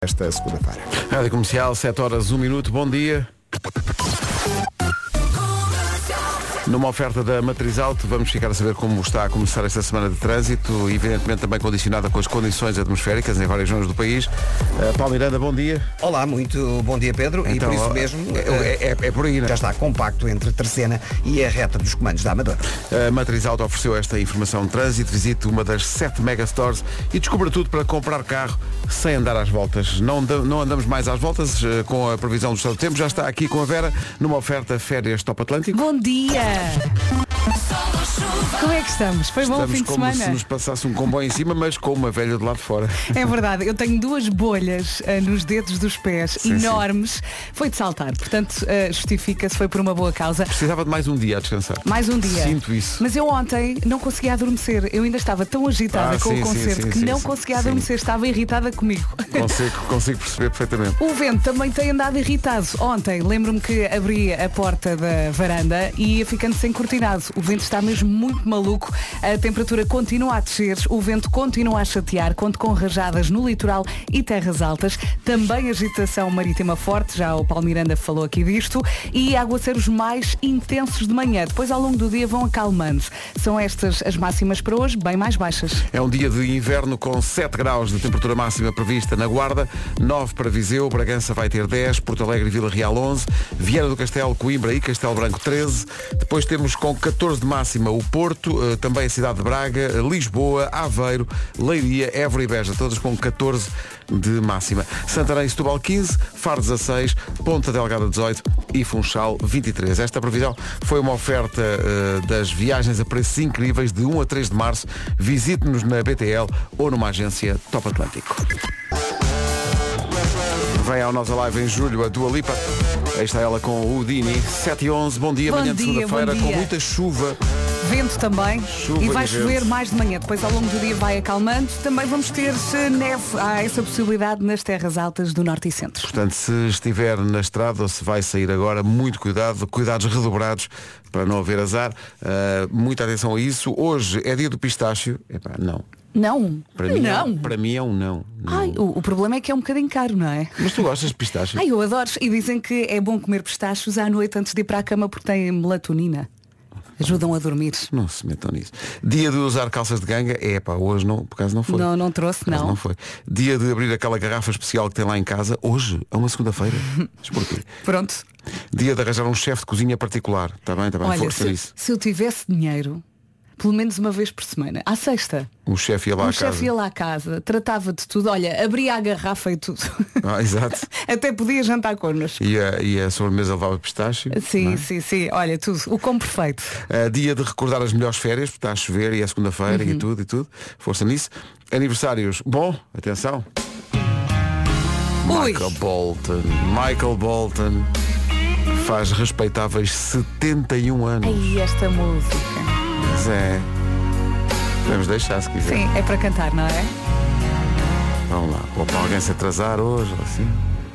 Esta segunda-feira. Rádio Comercial, 7 horas, 1 minuto, bom dia. Numa oferta da Matriz Auto, vamos ficar a saber como está a começar esta semana de trânsito, evidentemente também condicionada com as condições atmosféricas em várias zonas do país. Paulo Miranda, bom dia. Olá, muito bom dia, Pedro. Então, e por isso mesmo é por aí, né? Já está compacto entre Terceira e a reta dos comandos da Amadora. A Matriz Auto ofereceu esta informação de trânsito. Visite uma das 7 megastores e descubra tudo para comprar carro sem andar às voltas. Não andamos mais às voltas com a previsão do estado do tempo. Já está aqui com a Vera numa oferta férias Top Atlântico. Bom dia! Como é que estamos? Foi bom o fim de semana? Como se nos passasse um comboio em cima, mas com uma velha de lá de fora. É verdade, eu tenho 2 bolhas nos dedos dos pés, sim, enormes. Sim. Foi de saltar, portanto justifica-se, foi por uma boa causa. Precisava de mais um dia a descansar. Mais um dia. Sinto isso. Mas eu ontem não conseguia adormecer. Eu ainda estava tão agitada com o concerto que não conseguia adormecer. Estava irritada comigo. Consigo perceber perfeitamente. O vento também tem andado irritado. Ontem, lembro-me que abri a porta da varanda e ia ficando sem cortinado. O vento está mesmo muito maluco. A temperatura continua a descer. O vento continua a chatear. Conto com rajadas no litoral e terras altas. Também agitação marítima forte. Já o Paulo Miranda falou aqui disto. E aguaceiros mais intensos de manhã. Depois, ao longo do dia, vão acalmando. São estas as máximas para hoje, bem mais baixas. É um dia de inverno com 7 graus de temperatura máxima prevista na Guarda, 9 para Viseu, Bragança vai ter 10, Porto Alegre e Vila Real 11, Viana do Castelo, Coimbra e Castelo Branco 13. Depois temos com 14 de máxima o Porto, também a cidade de Braga, Lisboa, Aveiro, Leiria, Évora e Beja, todas com 14 de máxima. Santarém e Setúbal 15, Faro 16, Ponta Delgada 18 e Funchal 23. Esta previsão foi uma oferta das viagens a preços incríveis de 1 a 3 de março. Visite-nos na BTL ou numa agência Top Atlântico. Vem ao Nossa Live em julho a Dua Lipa. Aí está ela com o Dini. 7 e 11, bom dia, manhã de segunda-feira, com muita chuva. Vento também. Chuva e vai e chover vento. mais de manhã. Depois, ao longo do dia, vai acalmando. Também vamos ter neve. Há essa possibilidade nas terras altas do Norte e Centro. Portanto, se estiver na estrada ou se vai sair agora, muito cuidado, cuidados redobrados para não haver azar. Muita atenção a isso. Hoje é dia do pistácio. Epá, não. Não. Para mim, não. Para mim é um não. Ai, o problema é que é um bocadinho caro, não é? Mas tu gostas de pistácio? Ai, eu adoro. E dizem que é bom comer pistachos à noite antes de ir para a cama porque têm melatonina. Ajudam a dormir. Não se metam nisso. Dia de usar calças de ganga, hoje não, por acaso não foi. Não trouxe, por acaso não. Não foi. Dia de abrir aquela garrafa especial que tem lá em casa, hoje, é uma segunda-feira. Mas porquê? Pronto. Dia de arranjar um chefe de cozinha particular. Está bem, Olha, força isso. se eu tivesse dinheiro, pelo menos uma vez por semana, à sexta, O chefe ia lá à casa. chefe ia lá à casa, tratava de tudo, olha, abria a garrafa e tudo. Exato. Até podia jantar connosco. E a sobremesa levava pistácio. Sim, não é? sim, olha, tudo, o como perfeito. Dia de recordar as melhores férias, porque está a chover e é segunda-feira e tudo. Força nisso. Aniversários, bom, atenção. Ui. Michael Bolton faz respeitáveis 71 anos. Ai, esta música. Mas podemos deixar se quiser. Sim, é para cantar, não é? Vamos lá. Ou para alguém se atrasar hoje, ou assim.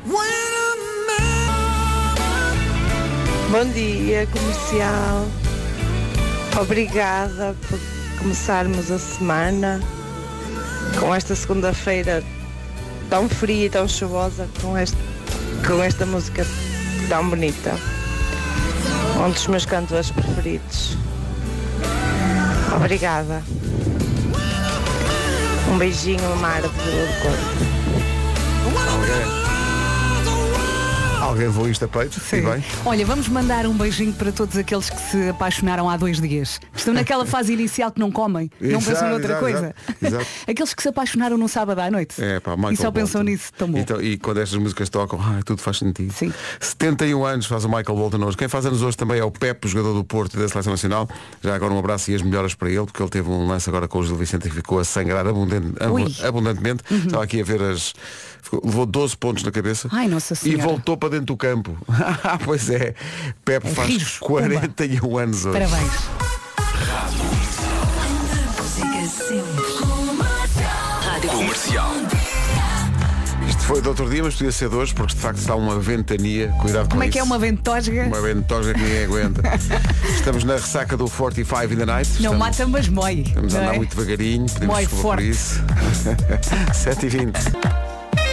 Bom dia, comercial. Obrigada por começarmos a semana com esta segunda-feira tão fria e tão chuvosa, com esta música tão bonita. Um dos meus cantores preferidos. Obrigada. Um beijinho, Mara de Vila do Corpo. Alguém levou isto a peito? Sim. E bem? Olha, vamos mandar um beijinho para todos aqueles que se apaixonaram há 2 dias. Estão naquela fase inicial que não comem, não pensam noutra coisa. Exato. Aqueles que se apaixonaram no sábado à noite. Michael e só pensam Bolton. nisso, tão bom. E quando estas músicas tocam, tudo faz sentido. Sim. 71 anos faz o Michael Bolton hoje. Quem faz anos hoje também é o Pepe, jogador do Porto e da Seleção Nacional. Já agora um abraço e as melhoras para ele, porque ele teve um lance agora com o Gil Vicente que ficou a sangrar abundantemente. Estava aqui a ver levou 12 pontos na cabeça. Ai, Nossa e Senhora. voltou para dentro do campo. Pois é. Pepe faz rijo, 41 anos hoje. Parabéns. Comercial. Isto foi do outro dia, mas podia ser de hoje, porque de facto está uma ventania. Cuidado com Como é isso. que é uma ventosga? Uma ventosga que ninguém aguenta. Estamos na ressaca do 45 in the Night. Não mata, mas mói. Estamos a não andar é? muito devagarinho. Pedimos Mói desculpa por forte. isso. 7h20.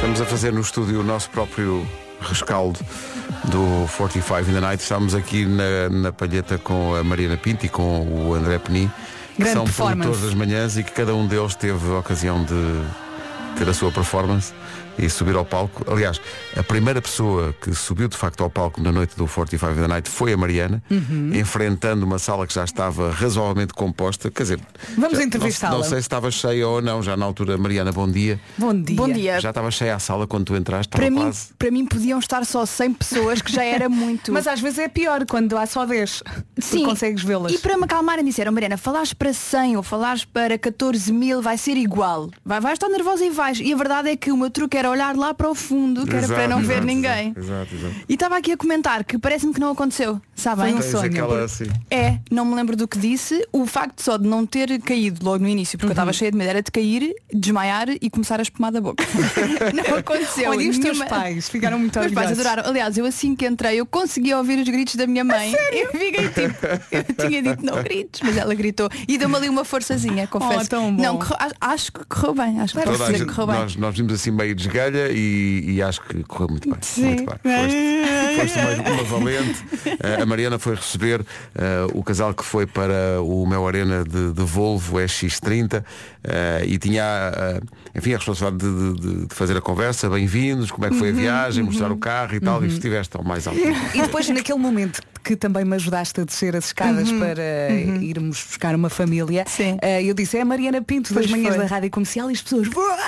Estamos a fazer no estúdio o nosso próprio rescaldo do 45 in the Night. Estamos aqui na palheta com a Mariana Pinto e com o André Peni, que Grande são performance. produtores das manhãs e que cada um deles teve a ocasião de ter a sua performance e subir ao palco. Aliás, a primeira pessoa que subiu de facto ao palco na noite do 45 in the Night foi a Mariana, enfrentando uma sala que já estava razoavelmente composta. Quer dizer, Vamos já- entrevistá-la. Não sei se estava cheia ou não, já na altura. Mariana, bom dia. Bom dia. Bom dia. Já estava cheia a sala quando tu entraste, Para estava mim, quase. para mim podiam estar só 100 pessoas, que já era muito. Mas às vezes é pior quando há só 10. Sim, Tu consegues vê-las. E para me acalmarem disseram, Mariana, falares para 100 ou falares para 14 mil vai ser igual. Vais estar nervosa e vais. E a verdade é que o meu truque era olhar lá para o fundo, que era Exato, para não ver exato, ninguém. Exato. E estava aqui a comentar que parece-me que não aconteceu, sabem? Tens aquela assim. É, não me lembro do que disse. O facto só de não ter caído logo no início, porque eu estava cheia de medo, era de cair, desmaiar e começar a espumar da boca. Não aconteceu. Olha, e os teus Nenhuma- pais ficaram muito Meus pais orgulhosos. adoraram. Aliás, eu assim que entrei, eu consegui ouvir os gritos da minha mãe. Eu fiquei tipo, eu tinha dito não gritos, mas ela gritou. E deu-me ali uma forçazinha, confesso. Oh, tão bom. Não, acho que correu bem. Acho que posso Toda a dizer gente- que correu bem. nós vimos assim meio de esgalha e acho que correu muito bem. Sim. Muito bem. Foste uma valente. A Mariana foi receber o casal que foi para o Mel Arena de Volvo EX30 e tinha enfim, a responsabilidade de fazer a conversa. Bem-vindos, como é que foi a viagem, mostrar o carro e tal. E estiveste ao mais alto. E depois naquele momento que também me ajudaste a descer as escadas para irmos buscar uma família, Sim. eu disse, é a Mariana Pinto das Pois manhãs foi. da Rádio Comercial e as pessoas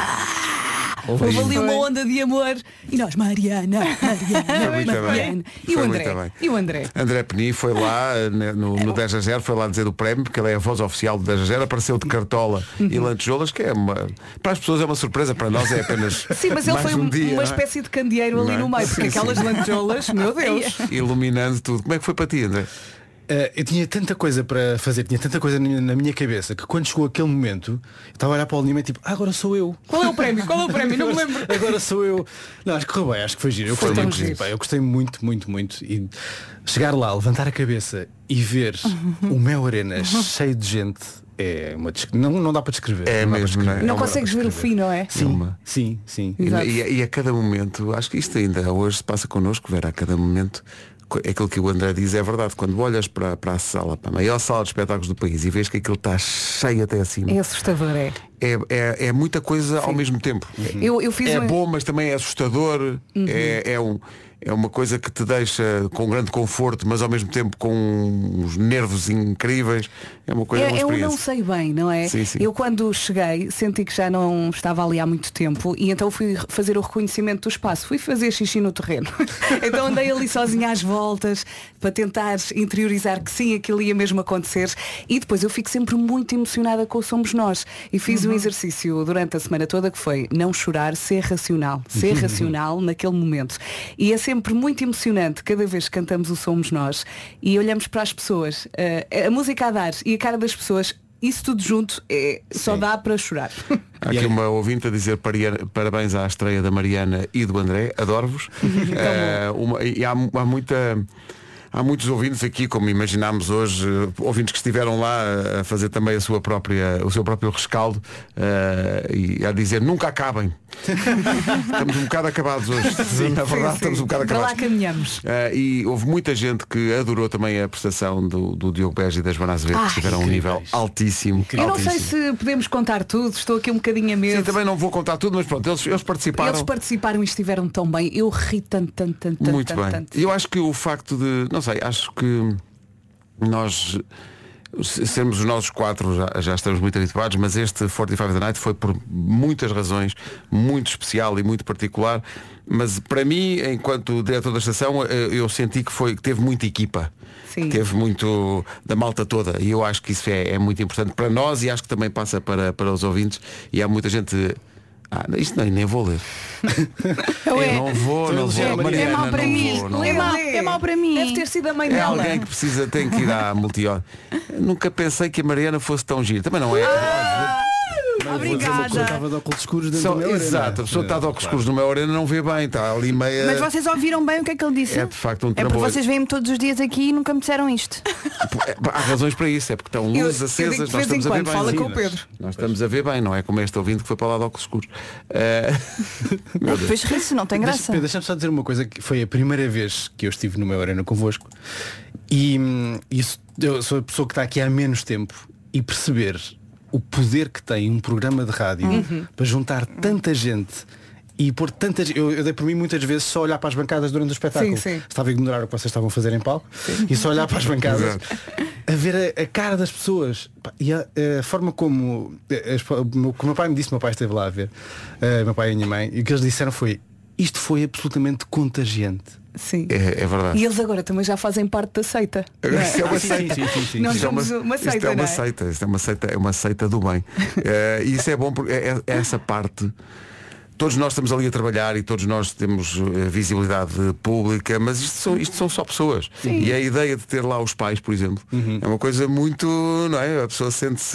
houve ali uma onda de amor e nós, Mariana. muito Mariana. bem. E o Foi André? muito bem. E o André? André Peni foi lá no 10-0, foi lá dizer o prémio, porque ele é a voz oficial do 10-0, apareceu de cartola e lantejoulas, que é para as pessoas é uma surpresa, para nós é apenas Sim, mas ele mais foi um dia, uma não é? espécie de candeeiro ali Não é? no meio, porque Sim, aquelas sim. lantejoulas, meu Deus. Iluminando tudo. Como é que foi para ti, André? Eu tinha tanta coisa para fazer, tinha tanta coisa na minha cabeça, que quando chegou aquele momento, eu estava a olhar para o Lima e tipo, agora sou eu. Qual é o prémio? Qual é o prémio? Não me lembro. Agora sou eu. Não, acho que correu bem, acho que foi giro. Eu Foi gostei muito muito, giro. pá, eu gostei muito, muito, muito. E chegar lá, levantar a cabeça e ver o Mel Arena cheio de gente é uma não dá para descrever. É Não dá para mesmo, descrever. não é? Não consegues ver o fim, não é? Sim, uma- sim, sim. Exato. E a cada momento, acho que isto ainda hoje se passa connosco, Vera, a cada momento, aquilo que o André diz é verdade. Quando olhas para a sala, para a maior sala de espetáculos do país e vês que aquilo está cheio até acima, É assustador, é. é muita coisa ao mesmo tempo. Eu fiz É uma... bom, mas também é assustador. É uma coisa que te deixa com grande conforto, mas ao mesmo tempo com uns nervos incríveis. É uma coisa, uma Eu experiência. não sei bem, não é? Sim, sim. Eu quando cheguei senti que já não estava ali há muito tempo e então fui fazer o reconhecimento do espaço. Fui fazer xixi no terreno. Então andei ali sozinha às voltas para tentar interiorizar que sim, aquilo ia mesmo acontecer. E depois eu fico sempre muito emocionada com o Somos Nós. E fiz um exercício durante a semana toda que foi não chorar, ser racional. Ser racional naquele momento. E é sempre muito emocionante cada vez que cantamos o Somos Nós e olhamos para as pessoas. A música a dar e a cara das pessoas, isso tudo junto só dá para chorar. Há aqui uma ouvinte a dizer parabéns à estreia da Mariana e do André, adoro-vos. E há muitos ouvintes aqui, como imaginámos hoje, ouvintes que estiveram lá a fazer também o seu próprio rescaldo e a dizer nunca acabem. Estamos um bocado acabados hoje. Na verdade, estamos um bocado Para lá acabados. caminhamos. E houve muita gente que adorou também a prestação do Diogo Beja e das Joana Azevedo, que estiveram a um nível altíssimo. Eu não sei altíssimo. se podemos contar tudo, estou aqui um bocadinho a medo. Sim, também não vou contar tudo, mas pronto, eles participaram. Eles participaram e estiveram tão bem. Eu ri tanto. Muito bem. E eu acho que o facto de, não sei, acho que nós sermos os nossos quatro já estamos muito habituados, mas este 45 da Night foi por muitas razões muito especial e muito particular. Mas para mim, enquanto diretor da estação, eu senti que teve muita equipa. Sim. Teve muito da malta toda. E eu acho que isso é muito importante para nós e acho que também passa para os ouvintes. E há muita gente. Isto nem vou ler. Eu Não vou. Mariana, é mau para não mim. vou, não É vou. mau para mim. Deve ter sido a mãe É dela. alguém que tem que ir à multi. Nunca pensei que a Mariana fosse tão gira. Também não é. eu vou dizer uma coisa, estava de óculos escuros dentro do meu arena. Exato, a pessoa está de óculos escuros no meu arena não vê bem, está ali meia... Mas vocês ouviram bem o que é que ele disse? É de facto um É porque trambolho. vocês vêm-me todos os dias aqui e nunca me disseram isto. Há razões para isso, é porque estão luzes eu acesas, digo de nós vez em estamos a ver quando, bem. fala Sim, com o Pedro. Nós estamos a ver bem, não é como este ouvinte que foi para lá de óculos escuros. Depois ri-se, não tem graça. Deixa-me só dizer uma coisa, que foi a primeira vez que eu estive no meu arena convosco e isso, eu sou a pessoa que está aqui há menos tempo e perceber o poder que tem um programa de rádio para juntar tanta gente e pôr tantas. Eu dei por mim muitas vezes só olhar para as bancadas durante o espetáculo. Sim. Estava a ignorar o que vocês estavam a fazer em palco e só olhar para as bancadas a ver a cara das pessoas. E a forma como o meu pai me disse, meu pai esteve lá a ver, meu pai e a minha mãe, e o que eles disseram foi: isto foi absolutamente contagiante. Sim. É verdade. E eles agora também já fazem parte da seita. Isso é uma seita. Sim. Nós Isto é somos uma seita, isto é uma não é? seita, isto é uma seita do bem. E isso é bom porque essa parte. Todos nós estamos ali a trabalhar e todos nós temos visibilidade pública, mas isto são só pessoas. E a ideia de ter lá os pais, por exemplo, é uma coisa muito, não é? A pessoa sente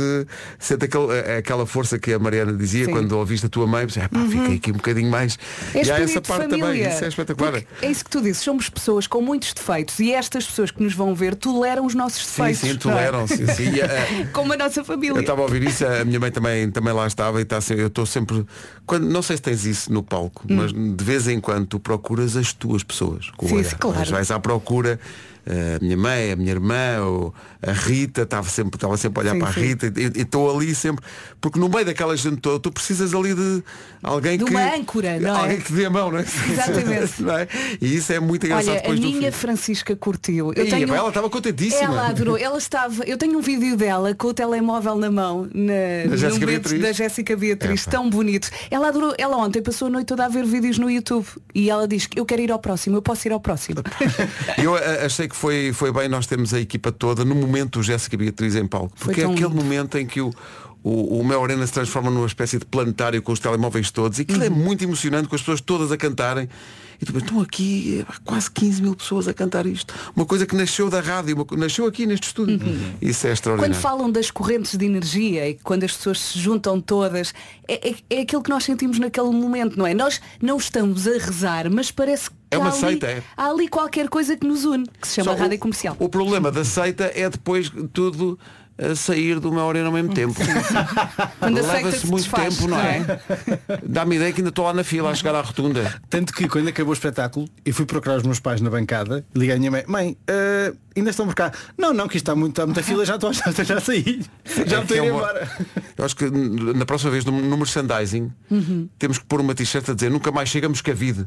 aquela força que a Mariana dizia quando ouviste a tua mãe, fiquei aqui um bocadinho mais. É E há espírito essa parte de família. também, isso é espetacular. Porque é isso que tu dizes, somos pessoas com muitos defeitos e estas pessoas que nos vão ver toleram os nossos defeitos. Sim, toleram. Sim. Como a nossa família. Eu estava a ouvir isso, a minha mãe também lá estava e está assim, eu estou sempre. Não sei se tens isso no palco, mas de vez em quando tu procuras as tuas pessoas com o olhar. Claro. Mas vais à procura, a minha mãe, a minha irmã, ou a Rita, estava sempre a olhar para a Rita e estou ali sempre, porque no meio daquela gente toda tu precisas ali de alguém de que. uma âncora, não é? Alguém que dê a mão, não é? Exatamente. Não é? E isso é muito engraçado. Olha, depois a do minha fim. Francisca curtiu. Ela estava contentíssima. Ela adorou. Eu tenho um vídeo dela com o telemóvel na mão no Jéssica momento Beatriz. da Jéssica Beatriz, tão bonito. Ela adorou. Ela ontem passou a noite toda a ver vídeos no YouTube e ela diz que eu quero ir ao próximo, eu posso ir ao próximo. Eu achei que foi bem nós temos a equipa toda no momento Jéssica Beatriz em palco, porque é tão aquele lindo. momento em que o Mel Arena se transforma numa espécie de planetário com os telemóveis todos e aquilo é muito emocionante, com as pessoas todas a cantarem e tu estão aqui quase 15 mil pessoas a cantar isto, uma coisa que nasceu da rádio, nasceu aqui neste estúdio. Isso é extraordinário. Quando falam das correntes de energia e quando as pessoas se juntam todas, é aquilo que nós sentimos naquele momento, não é? Nós não estamos a rezar, mas parece que É uma há ali, seita, é. há ali qualquer coisa que nos une, que se chama Só rádio comercial. O problema da seita é depois tudo a sair do Mel Arena ao mesmo tempo. Quando a seita Leva-se se muito desfaz, tempo, não é? Dá-me ideia que ainda estou lá na fila a chegar à rotunda. Tanto que quando acabou o espetáculo eu fui procurar os meus pais na bancada, liguei à minha mãe, ainda estão por cá. Não, que isto está muita fila, já saí. Já estou a ir embora. Eu acho que na próxima vez no merchandising temos que pôr uma t-shirt a dizer nunca mais chegamos que a vida.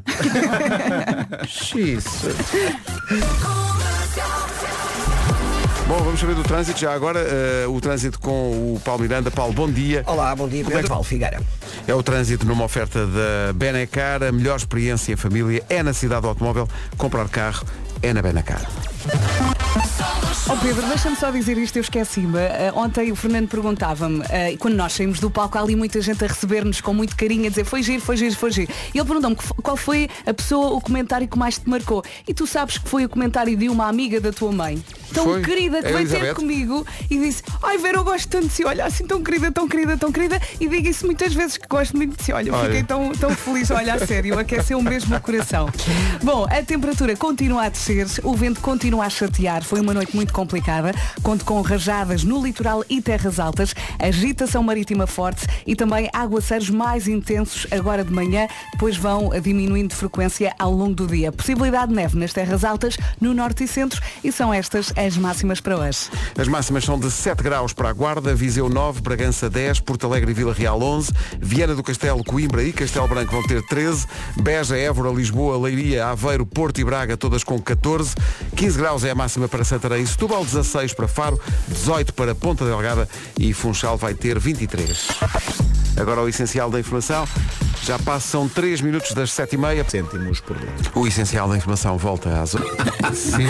Bom, vamos saber do trânsito já agora. O trânsito com o Paulo Miranda. Paulo, bom dia. Olá, bom dia, Pedro Paulo Figueira. É o trânsito numa oferta da Benacar. A melhor experiência em família é na cidade do automóvel. Comprar carro é na Benacar. Oh Pedro, deixa-me só dizer isto, eu esqueci-me. Ontem o Fernando perguntava-me, quando nós saímos do palco, há ali muita gente a receber-nos com muito carinho, a dizer foi giro. E ele perguntou-me qual foi a pessoa, o comentário que mais te marcou. E tu sabes que foi o comentário de uma amiga da tua mãe, tão Foi? querida, que É a veio ter Elizabeth? comigo e disse: ai Vera, eu gosto tanto de si, olha, assim tão querida, e digo isso muitas vezes, que gosto muito de si. Olha, eu fiquei tão feliz, olha, a sério, aqueceu mesmo o coração. Bom, a temperatura continua a descer, o vento continua a chatear, foi uma noite muito complicada, conto com rajadas no litoral e terras altas, agitação marítima forte e também aguaceiros mais intensos agora de manhã, depois vão diminuindo de frequência ao longo do dia. Possibilidade de neve nas terras altas, no norte e centro, e são estas as máximas para hoje. As máximas são de 7 graus para a Guarda, Viseu 9, Bragança 10, Porto Alegre e Vila Real 11, Viana do Castelo, Coimbra e Castelo Branco vão ter 13, Beja, Évora, Lisboa, Leiria, Aveiro, Porto e Braga todas com 14, 15 graus é a máxima para Santarém, Setúbal 16 para Faro, 18 para Ponta Delgada e Funchal vai ter 23. Agora o essencial da informação. Já passam 3 minutos das 7h30. Cêntimos por litro. O essencial da informação volta às 8. Sim.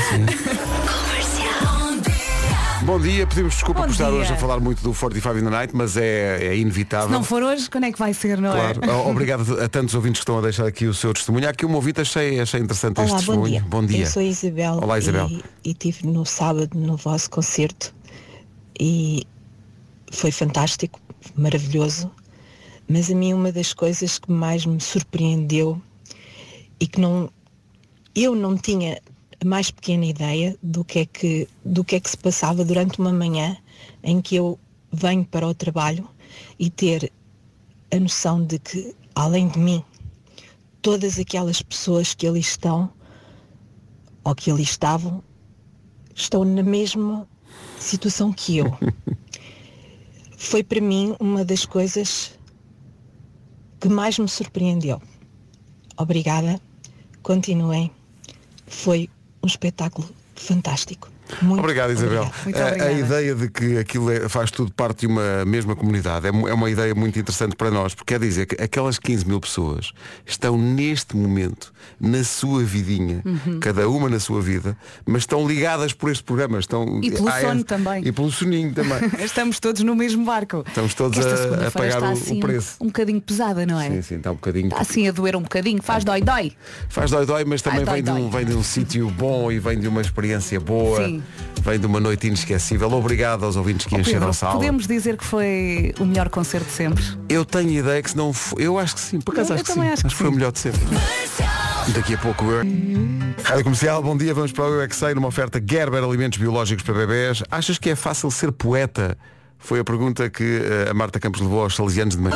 Bom dia, pedimos desculpa Bom por estar dia. hoje a falar muito do 45 in the Night, mas é inevitável. Se não for hoje, quando é que vai ser, não Claro. é? Obrigado a tantos ouvintes que estão a deixar aqui o seu testemunho. Há aqui um ouvinte, achei interessante este Olá, testemunho. bom dia. Eu sou a Isabel. Olá, Isabel. E estive no sábado no vosso concerto e foi fantástico, maravilhoso. Mas a mim uma das coisas que mais me surpreendeu e que eu não tinha a mais pequena ideia do que é que se passava durante uma manhã em que eu venho para o trabalho e ter a noção de que, além de mim, todas aquelas pessoas que ali estão ou que ali estavam na mesma situação que eu. Foi para mim uma das coisas que mais me surpreendeu. Obrigada, continuem. Foi um espetáculo fantástico. Muito obrigado, Isabel. Muito a ideia de que aquilo faz tudo parte de uma mesma comunidade é uma ideia muito interessante para nós, porque quer dizer que aquelas 15 mil pessoas estão neste momento na sua vidinha, cada uma na sua vida, mas estão ligadas por este programa. E pelo sono também. E pelo soninho também. Estamos todos no mesmo barco. Estamos todos a pagar assim, o preço. Um bocadinho pesada, não é? Sim, está um bocadinho. Está assim a doer um bocadinho. Faz dói. Faz dói, mas também vem de um sítio bom e vem de uma experiência boa. Sim. Vem de uma noite inesquecível. Obrigado aos ouvintes que encheram a sala. Podemos dizer que foi o melhor concerto de sempre? Eu tenho ideia que se não foi, eu acho que sim, por acaso Eu acho que sim. também acho que foi o sim. melhor de sempre. Daqui a pouco Rádio Comercial, bom dia, vamos para o Eu é que Sei, numa oferta Gerber Alimentos Biológicos para Bebés. Achas que é fácil ser poeta? Foi a pergunta que a Marta Campos levou aos salesianos de manhã.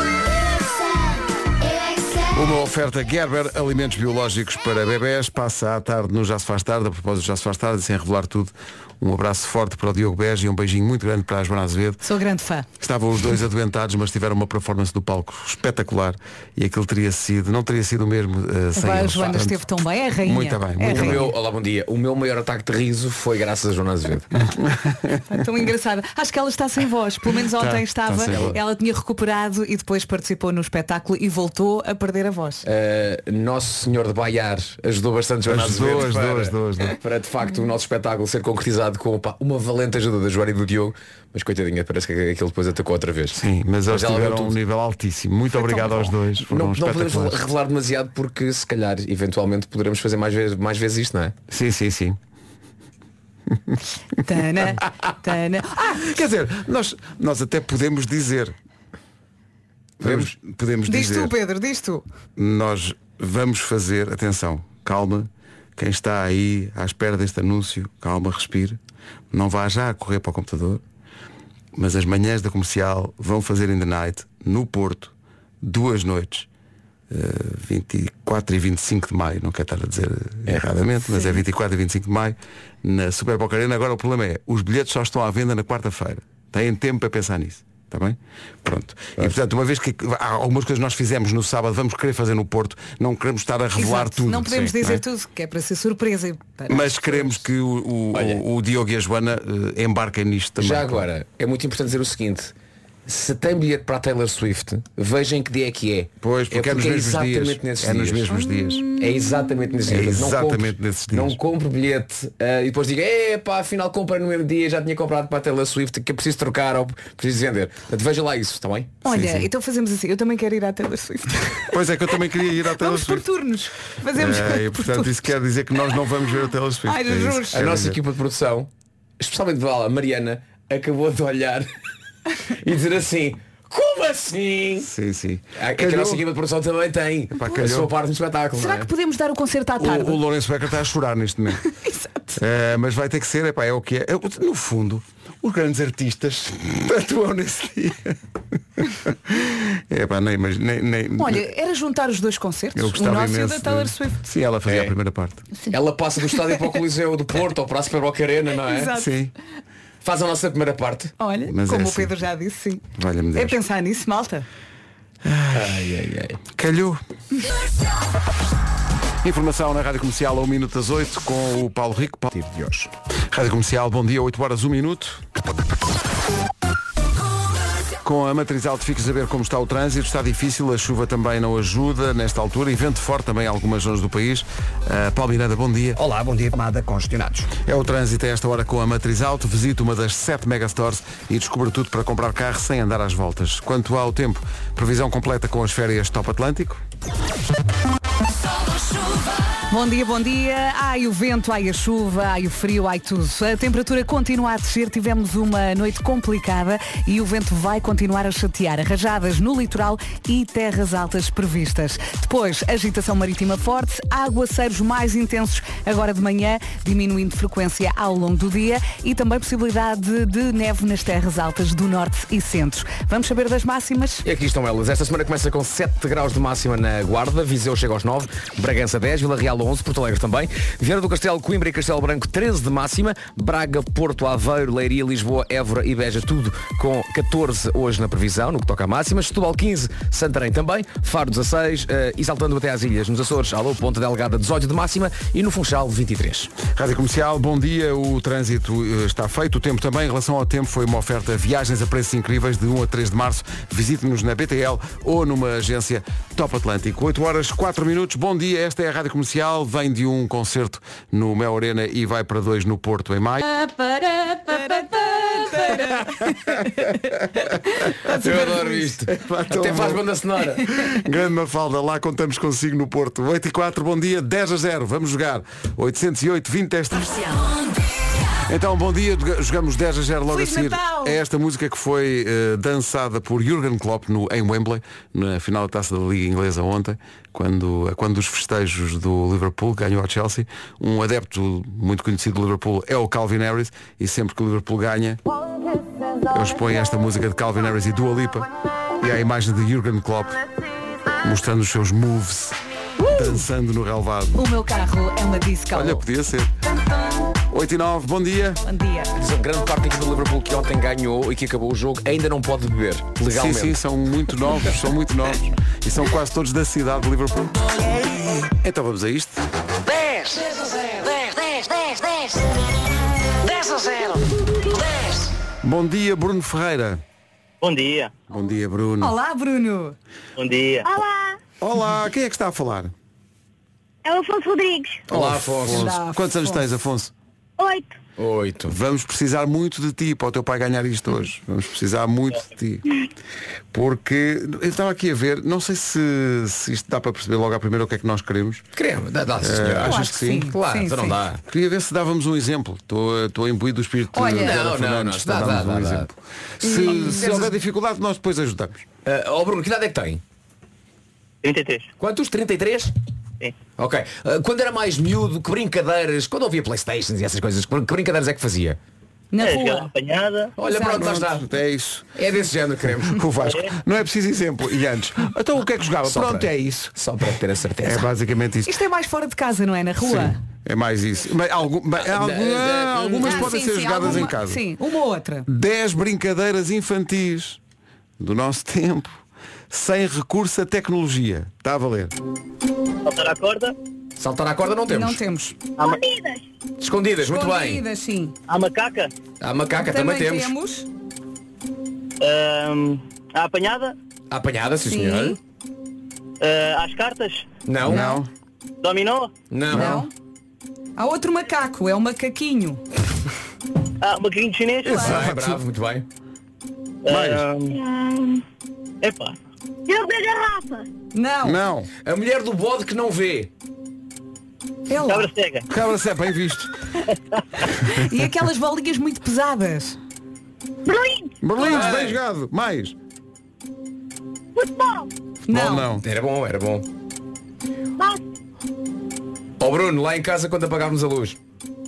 Uma oferta Gerber Alimentos Biológicos para Bebés. Passa à tarde no Já se faz tarde. A propósito do Já se faz tarde, sem revelar tudo, um abraço forte para o Diogo Beja e um beijinho muito grande para a Joana Azevedo. Sou grande fã. Estavam os dois adoentados, mas tiveram uma performance do palco espetacular e aquilo não teria sido o mesmo sem A eles. Joana Portanto, esteve tão bem, é rainha. Muito bem, É muito bem. rainha. Olá, bom dia. O meu maior ataque de riso foi graças a Joana Azevedo. Tão engraçada. Acho que ela está sem voz. Pelo menos ontem estava. sem voz. Ela tinha recuperado e depois participou no espetáculo e voltou a perder a voz. Nosso Senhor de Baiar ajudou bastante Joana Ajudou. Azevedo para de facto o nosso espetáculo ser concretizado com uma valente ajuda da Joana e do Diogo, mas coitadinha, parece que aquilo depois atacou outra vez. Sim, mas eles ela tiveram deu um tudo. nível altíssimo. Muito obrigado aos dois. Foram Não podemos espetaculares. revelar demasiado porque se calhar eventualmente poderemos fazer mais vezes isto, não é? Sim. Tana. Quer dizer, nós até podemos dizer. Podemos Diz dizer. tu, Pedro, diz tu. Nós vamos fazer, atenção, calma, quem está aí à espera deste anúncio, calma, respire, não vá já a correr para o computador, mas as manhãs da Comercial vão fazer in the night, no Porto, 2 noites, 24 e 25 de maio, não quero estar a dizer erradamente, mas é 24 e 25 de maio, na Super Boca Arena. Agora o problema é, os bilhetes só estão à venda na quarta-feira, têm tempo para pensar nisso. Está bem? Pronto. E portanto, uma vez que há algumas coisas que nós fizemos no sábado, vamos querer fazer no Porto, não queremos estar a revelar Exato. tudo. Não podemos Sim, dizer não é? tudo, que é para ser surpresa. Mas queremos que o Diogo e a Joana embarquem nisto também. Já agora, é muito importante dizer o seguinte: se tem bilhete para a Taylor Swift, vejam que dia é que é. Pois, porque é nos mesmos dias. Nesses É dias. nos mesmos dias. É exatamente nesses É dias. exatamente nesses dias. Não compre bilhete e depois diga, afinal comprei no mesmo dia, já tinha comprado para a Taylor Swift, que eu preciso trocar ou preciso vender. Portanto, veja lá isso, está bem? Olha, Sim. então fazemos assim, eu também quero ir à Taylor Swift. Pois é que eu também queria ir à Taylor Vamos por Swift. turnos. Fazemos E por portanto turnos. isso quer dizer que nós não vamos ver a Taylor Swift. Ai, É isso Jesus. que A quer nossa dizer. equipa de produção, especialmente a Mariana, acabou de olhar e dizer assim, como assim? Sim. Que a nossa equipa de produção também tem Epá, a calhou. sua parte do espetáculo. Será não é? que podemos dar o concerto à tarde? O Lourenço Becker está a chorar neste momento. Exato. Mas vai ter que ser, é o que é. No fundo, os grandes artistas atuam nesse dia. Nem Olha, era juntar os dois concertos, eu o gostava nosso e o imenso da Taylor de- Swift. Sim, ela fazia É. a primeira parte. Ela passa do estádio para o Coliseu do Porto ou para a Super Boca Arena, não é? Exato. Sim, Faz a nossa primeira parte. Olha, Mas como é o assim. Pedro já disse, sim. valha-me É Deus. pensar nisso, malta. Ai. Calhou. Informação na Rádio Comercial a 1 minuto das 8 com o Paulo Rico. De hoje. Rádio Comercial, bom dia, 8 horas 1 minuto. Com a Matriz Alto fica a saber como está o trânsito. Está difícil, a chuva também não ajuda nesta altura e vento forte também em algumas zonas do país. Paulo Miranda, bom dia. Olá, bom dia, Tomada, congestionados. É o trânsito a esta hora com a Matriz Alto. Visite uma das 7 megastores e descubra tudo para comprar carro sem andar às voltas. Quanto ao tempo, previsão completa com as férias Top Atlântico. Bom dia, bom dia. Ai o vento, ai a chuva, ai o frio, ai tudo. A temperatura continua a descer, tivemos uma noite complicada e o vento vai continuar a chatear. Rajadas no litoral e terras altas previstas. Depois, agitação marítima forte, aguaceiros mais intensos agora de manhã, diminuindo de frequência ao longo do dia e também possibilidade de neve nas terras altas do norte e centro. Vamos saber das máximas? E aqui estão elas. Esta semana começa com 7 graus de máxima na Guarda, Viseu chega aos 9, Bragança 10, Vila Real 11, Porto Alegre também, Viana do Castelo, Coimbra e Castelo Branco 13 de máxima, Braga, Porto, Aveiro, Leiria, Lisboa, Évora e Beja, tudo com 14 hoje na previsão, no que toca a máximas, Setúbal 15, Santarém também, Faro 16 e saltando até às ilhas, nos Açores, alô, Ponta Delgada 18 de máxima e no Funchal 23. Rádio Comercial, bom dia, o trânsito está feito, o tempo também, em relação ao tempo foi uma oferta viagens a preços incríveis de 1 a 3 de março, visite-nos na BTL ou numa agência Top Atlântico. 8 horas 4 minutos, bom dia, esta é a Rádio Comercial, vem de um concerto no Mel Arena e vai para 2 no Porto em maio. Eu adoro isto. Até faz banda sonora. Grande Mafalda, lá contamos consigo no Porto. 8 e 4, bom dia, 10-0, vamos jogar 808 20 esta. Então, bom dia, jogamos 10-0 logo Feliz a seguir. Natal! É esta música que foi dançada por Jürgen Klopp em Wembley, na final da Taça da Liga Inglesa ontem, quando os festejos do Liverpool ganhou ao Chelsea. Um adepto muito conhecido do Liverpool é o Calvin Harris, e sempre que o Liverpool ganha, eles põem esta música de Calvin Harris e Dua Lipa, e a imagem de Jürgen Klopp mostrando os seus moves, dançando no relvado. O meu carro é uma disco. Olha, podia ser. 8 e 9, bom dia. Bom dia. Diz a grande parte da equipa do Liverpool que ontem ganhou e que acabou o jogo ainda não pode beber legalmente. Sim, são muito novos, e são quase todos da cidade de Liverpool. Então vamos a isto. 10 a 0, 10 a 0, 10. Bom dia, Bruno Ferreira. Bom dia. Bom dia, Bruno. Olá, Bruno. Bom dia. Olá, Olá, quem é que está a falar? é o Afonso Rodrigues. Olá, Afonso. Olá, Quantos anos Afonso. tens, Afonso? 8. 8. Vamos precisar muito de ti para o teu pai ganhar isto hoje. Vamos precisar muito de ti. Porque eu estava aqui a ver, não sei se isto dá para perceber logo à primeira o que é que nós queremos. Queremos, dá senhor. Achas que sim? Claro, então não dá. Queria ver se dávamos um exemplo. Estou imbuído do espírito de Olha, Vera não, Fernandes. dá, Dávamos um dá. exemplo. Se houver dificuldade, nós depois ajudamos. Bruno, que idade é que tem? 33. Quantos? 33? Sim. Ok. Quando era mais miúdo, que brincadeiras, quando havia Playstations e essas coisas, que brincadeiras é que fazia? Na Jogar rua. apanhada. Olha, pronto, lá está. É isso. É desse género que queremos. O Vasco. Não é preciso exemplo. E antes. Então o que é que jogava? Só Pronto, para- é isso. Só para ter a certeza. É basicamente isso. Isto é mais fora de casa, não é? Na rua? Sim, é mais isso. Mas algumas podem ser jogadas em casa. Sim, uma ou outra. 10 brincadeiras infantis do nosso tempo, sem recurso à tecnologia. Está a valer. Saltar a corda. Saltar à corda não temos. Não temos. Escondidas. Escondidas, muito bem. Escondidas, sim. A macaca. A macaca também temos. A apanhada. A apanhada, sim, Sim. senhor. Às cartas. Não. Não. Dominó. Não. Não. Há outro macaco, é o macaquinho. Macaquinho chinês. Bem, bravo, muito bem. Epá. Jogo da garrafa. Não. Não. A mulher do bode que não vê. É lá. Cabra cega. Cabra é bem visto. E aquelas bolinhas muito pesadas. Berlim. Berlim, bem jogado. Mais. Futebol. Não. Não. Era bom, era bom. Passe. Ó Bruno, lá em casa quando apagávamos a luz.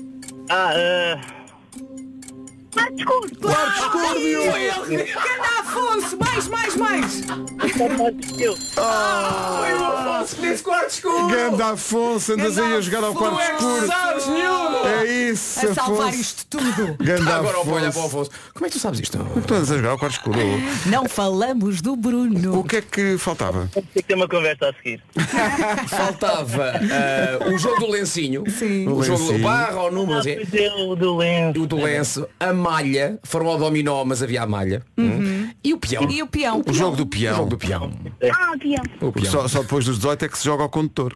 Quarto escuro. Quarto escuro, Ganda Afonso, mais. Eu. Foi o Afonso que disse quarto escuro. Ganda Afonso, andas aí a jogar ao quarto escuro. Sabes, miúdo. É isso, A salvar Afonso. isto tudo. Ganda Agora olha para o Afonso. Afonso. Como é que tu sabes isto? Tu andas a jogar ao quarto escuro. Não falamos do Bruno. O que é que faltava? Tem que ter uma conversa a seguir. Faltava o jogo do lencinho. Sim. O jogo do lencinho. barra ou número. Pois é, o do lenço. O do lenço, a malha, foram ao dominó, mas havia a malha. E o peão. E o peão. O jogo do O peão. jogo do peão. Peão. O Porque peão. só depois dos 18 é que se joga ao condutor.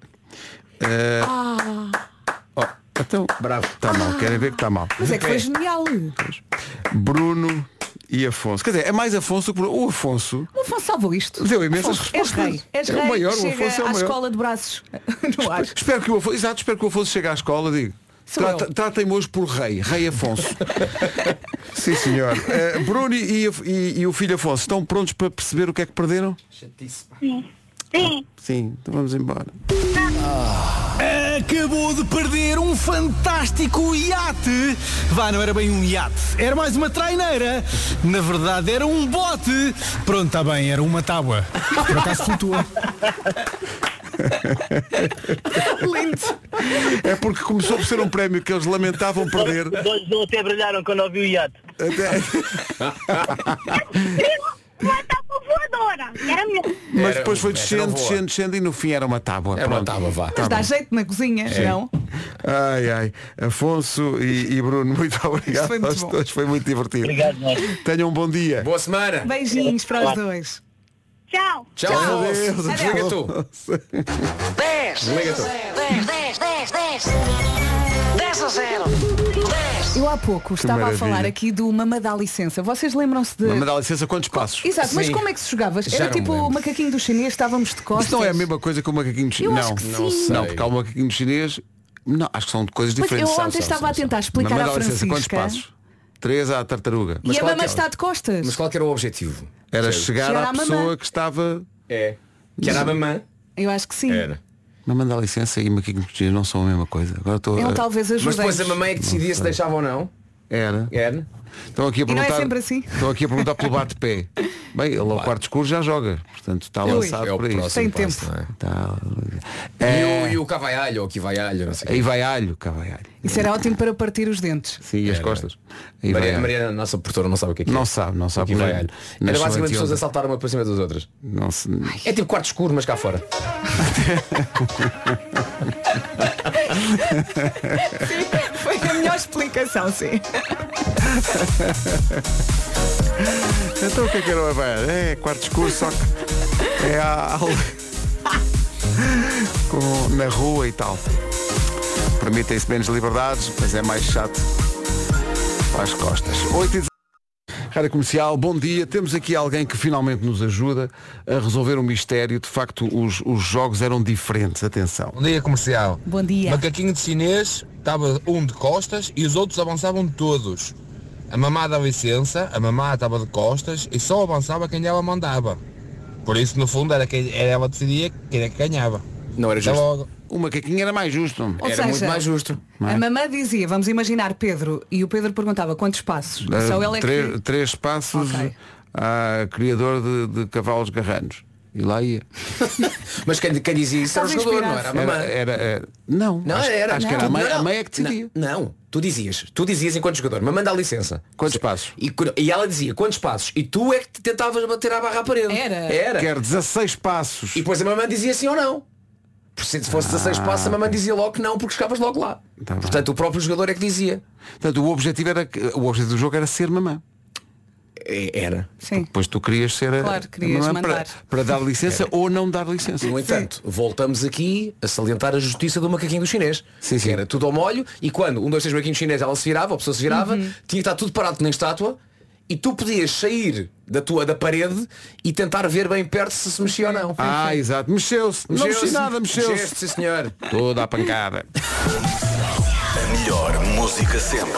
Então, Bravo. está mal, querem ver que está mal. Mas é que foi genial. Bruno e Afonso. Quer dizer, é mais Afonso que o Afonso. O Afonso salvou isto. Deu imensas Afonso, respostas. És É rei. o maior, o Chega Afonso é o à maior. escola de braços no ar. Espero que o Afonso chegue à escola, digo. Tratem-me hoje por rei Afonso. Sim, senhor. Bruno e o filho Afonso estão prontos para perceber o que é que perderam? Sim. Sim. Sim, então vamos embora. Acabou de perder um fantástico iate. Não era bem um iate, era mais uma traineira. Na verdade era um bote. Pronto, está bem, era uma tábua. Por acaso flutua. Lindo. É porque começou por ser um prémio que eles lamentavam perder. Os olhos dele até brilharam quando ouvi o iate. Uma tábua voadora. Era melhor. Mas depois foi descendo e no fim era uma tábua. Era uma tábua, vá. Mas dá jeito na cozinha, não? Ai. Afonso e Bruno, muito obrigado foi muito aos bom. dois, foi muito divertido. Obrigado, nós. Tenham um bom dia. Boa semana. Beijinhos para os dois. Tchau. Tchau, Afonso. Desliga tu. 10. Desliga tu. 10 a 0. 10. Eu há pouco estava a maravilha. falar aqui do Mamã dá licença. Vocês lembram-se de... Mas dá licença, quantos passos? Exato, mas Sim. como é que se jogava? Já Era não tipo me lembro. o macaquinho do chinês, estávamos de costas. Isso não é a mesma coisa que o macaquinho chinês. Eu Não, acho que não sim. sei. não, porque há o macaquinho chinês. Não, acho que são coisas Mas diferentes. eu ontem estava a tentar explicar à Mas dá licença, quantos Francisca. passos? 3 à tartaruga. E a qual mamã que é? está de costas. Mas qual que era o objetivo? Era Chegar chegar Chegar à à mamã. pessoa que estava. É. Que era a mamã? Eu acho que sim. Era. Mamãe dá licença e macaquinho chinês não são a mesma coisa. Agora estou. Ele talvez Mas ajude. depois a mamãe é que decidia se deixava ou não. Era. Era. Estão aqui a E não é perguntar. sempre assim? Estão aqui a perguntar pelo bate-pé. Bem, ele ao quarto escuro já joga. Portanto, está Ui. lançado É o por aí. próximo Tem passo, tempo. não é? Tá. E o cavaialho, ou que vai alho, não sei o quê. Aí vai alho, cá vai alho. Isso era ótimo para partir os dentes. Sim, e as Era. costas. Aí vai Maria, alho. Maria, a nossa produtora, não sabe o que é. Não sabe. Que vai alho. Era Nasceu basicamente pessoas a anteontem. saltar uma para cima das outras. Não se... É tipo quarto escuro, mas cá fora. Foi a melhor explicação, sim. Então o que é que era o vai alho? É quarto escuro, só que é a aula na rua e tal. Permitem-se menos liberdades, mas é mais chato para as costas. 8h17. Rádio Comercial, bom dia. Temos aqui alguém que finalmente nos ajuda a resolver um mistério. De facto, os jogos eram diferentes. Atenção. Bom dia, Comercial. Bom dia. Macaquinho de chinês, estava um de costas e os outros avançavam todos. A mamá dava licença, a mamá estava de costas e só avançava quem ela mandava. Por isso, no fundo, era ela decidia quem é que ganhava. Não era Até justo. logo. O macaquinho era mais justo. Ou Era seja, muito mais justo. A mamã dizia, vamos imaginar Pedro, e o Pedro perguntava quantos passos. Só ele é que... Três passos Ok. a criador de cavalos garranos. E lá ia. Mas quem dizia isso era o Estás jogador, não inspirado. era a mamã. Não, Não, acho, era. acho que era Não, a não. mãe é que decidia. Não, tu dizias enquanto jogador, mamãe dá licença. Quantos passos? E ela dizia quantos passos. E tu é que tentavas bater a barra à parede. Era. Quer 16 passos. E depois a mamãe dizia sim ou não. Porque se fosse 16 passos a mamãe dizia logo que não, porque chegavas logo lá. Tá bem. Portanto o próprio jogador é que dizia. Portanto, o objetivo do jogo era ser mamã. Era. Sim. Depois tu querias ser Claro, a querias mamã mandar. para dar licença ou não dar licença. No entanto, voltamos aqui a salientar a justiça do macaquinho do chinês. Sim, sim. Que era tudo ao molho e quando 1, 2, 3 macaquinhos chinês ela se virava, a pessoa se virava, tinha que estar tudo parado que nem estátua e tu podias sair da parede e tentar ver bem perto se mexia ou não. Ah, exato. Mexeu-se. Não mexi nada, mexeu-se. Mexeste, sim, senhor. Toda a pancada. A melhor música sempre.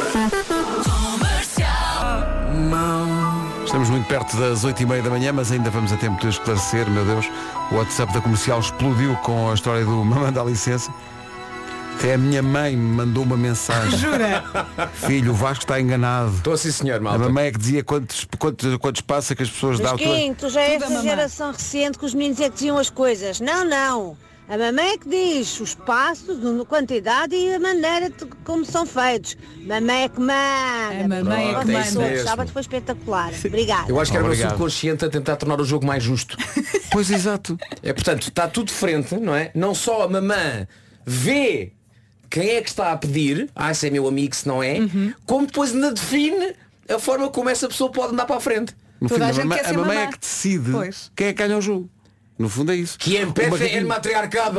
Estamos muito perto das 8h30 da manhã, mas ainda vamos a tempo de esclarecer, meu Deus. O WhatsApp da Comercial explodiu com a história do Mamãe dá licença. Até a minha mãe me mandou uma mensagem. Jura? Filho, o Vasco está enganado. Estou assim, senhor, A malta. mamãe é que dizia quantos passos é que as pessoas Mas dão. quem? Tu já és Tudo a da mamãe. geração recente que os meninos é que diziam as coisas. Não, não. A mamãe é que diz os passos, a quantidade e a maneira como são feitos. Mamãe é que manda. A mamãe é que Vocês manda. todos. Sábado foi espetacular. Obrigada. Eu acho que era o meu Obrigado. subconsciente a tentar tornar o jogo mais justo. Pois exato. É, portanto, está tudo de frente, não é? Não só a mamã vê quem é que está a pedir, se é meu amigo, se não é, como depois ainda define a forma como essa pessoa pode andar para a frente. No Toda fim, a gente quer a ser mamãe mamã. é que decide Pois. quem é que ganha o jogo. No fundo é isso. Que empece el matriarcado.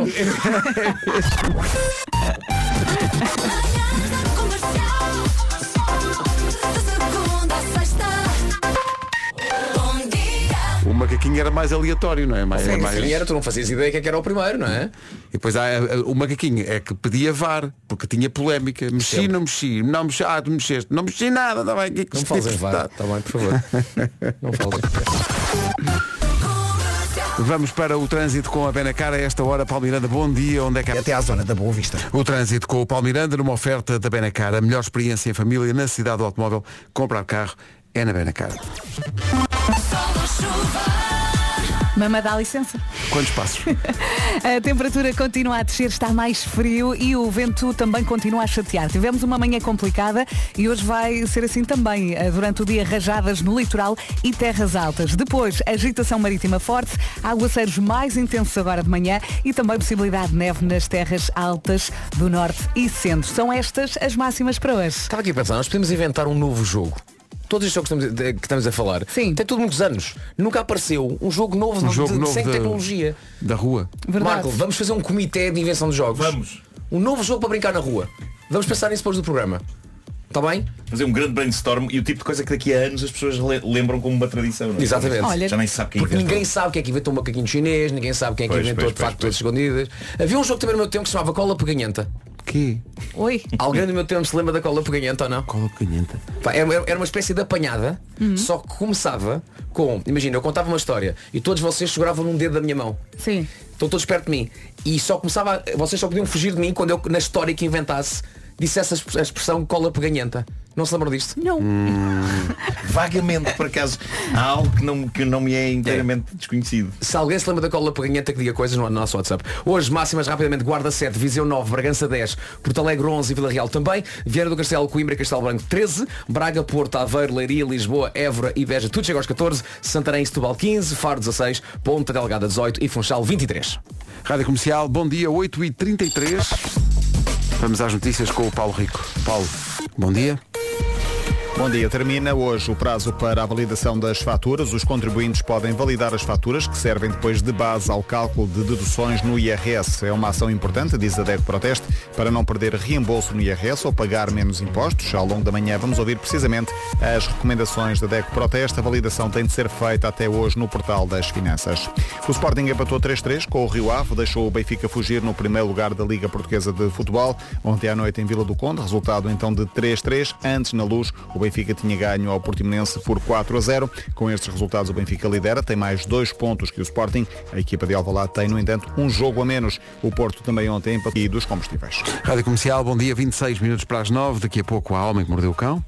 macaquinho era mais aleatório, não é? Mais, Sim, mais... sim, era, tu não fazias ideia que era o primeiro, não é? E depois há o macaquinho é que pedia VAR, porque tinha polémica. Mexi, não mexi, não mexi, tu mexeste, não mexi nada, está bem, que não me fales em VAR, está bem, por favor. Não fales. Vamos para o trânsito com a Benacar a esta hora. Paulo Miranda, bom dia. Onde é que é? Até à zona da Boa Vista. O trânsito com o Paulo Miranda numa oferta da Benacar. A melhor experiência em família na cidade do automóvel. Comprar carro é na Benacar. Mama, dá licença. Quantos passos? A temperatura continua a descer, está mais frio e o vento também continua a chatear. Tivemos uma manhã complicada e hoje vai ser assim também. Durante o dia, rajadas no litoral e terras altas. Depois, agitação marítima forte, aguaceiros mais intensos agora de manhã e também possibilidade de neve nas terras altas do norte e centro. São estas as máximas para hoje. Estava aqui a pensar, nós podemos inventar um novo jogo. Todos os jogos que estamos a falar, sim, tem tudo muitos anos. Nunca apareceu um jogo novo, sem tecnologia. Da rua. Verdade. Marco, vamos fazer um comitê de invenção de jogos. Vamos. Um novo jogo para brincar na rua. Vamos pensar nisso depois do programa. Está bem? Fazer um grande brainstorm e o tipo de coisa que daqui a anos as pessoas lembram como uma tradição. Não é? Exatamente. Olha, já nem se sabe quem porque inventou. ninguém sabe quem é que inventou o macaquinho chinês, ninguém sabe quem é que inventou de facto todas escondidas. Havia um jogo também no meu tempo que se chamava Cola Peganhenta. Que? Oi. Alguém no meu tempo se lembra da Cola Peganhenta ou não? Cola Peganhenta. Era uma espécie de apanhada, só que começava com, imagina, eu contava uma história e todos vocês seguravam num dedo da minha mão. Sim. Estão todos perto de mim. E só começava, vocês só podiam fugir de mim quando eu, na história que inventasse, dissesse a expressão Cola Peganhenta. Não se lembram disto? Não. Vagamente, por acaso, há algo que não me é inteiramente desconhecido. Se alguém se lembra da Cola Peganhenta, que diga coisas no nosso WhatsApp. Hoje, máximas rapidamente: Guarda 7, Viseu 9, Bragança 10, Porto Alegre 11 e Vila Real também, Viana do Castelo, Coimbra e Castelo Branco 13, Braga, Porto, Aveiro, Leiria, Lisboa, Évora e Beja, tudo chega aos 14, Santarém e Setúbal 15, Faro 16, Ponta Delgada 18 e Funchal 23. Rádio Comercial, bom dia, 8h33. Vamos às notícias com o Paulo Rico. Paulo, bom dia. Bom dia. Termina hoje o prazo para a validação das faturas. Os contribuintes podem validar as faturas que servem depois de base ao cálculo de deduções no IRS. É uma ação importante, diz a DECO Proteste, para não perder reembolso no IRS ou pagar menos impostos. Ao longo da manhã vamos ouvir precisamente as recomendações da DECO Proteste. A validação tem de ser feita até hoje no portal das finanças. O Sporting empatou 3-3 com o Rio Ave, deixou o Benfica fugir no primeiro lugar da Liga Portuguesa de Futebol. Ontem à noite em Vila do Conde, resultado então de 3-3. Antes, na Luz, o Benfica tinha ganho ao Portimonense por 4-0. Com estes resultados o Benfica lidera, tem mais 2 pontos que o Sporting. A equipa de Alvalade tem, no entanto, um jogo a menos. O Porto também ontem empatou e dos combustíveis. Rádio Comercial, bom dia, 26 minutos para as 9. Daqui a pouco há Homem que Mordeu o Cão.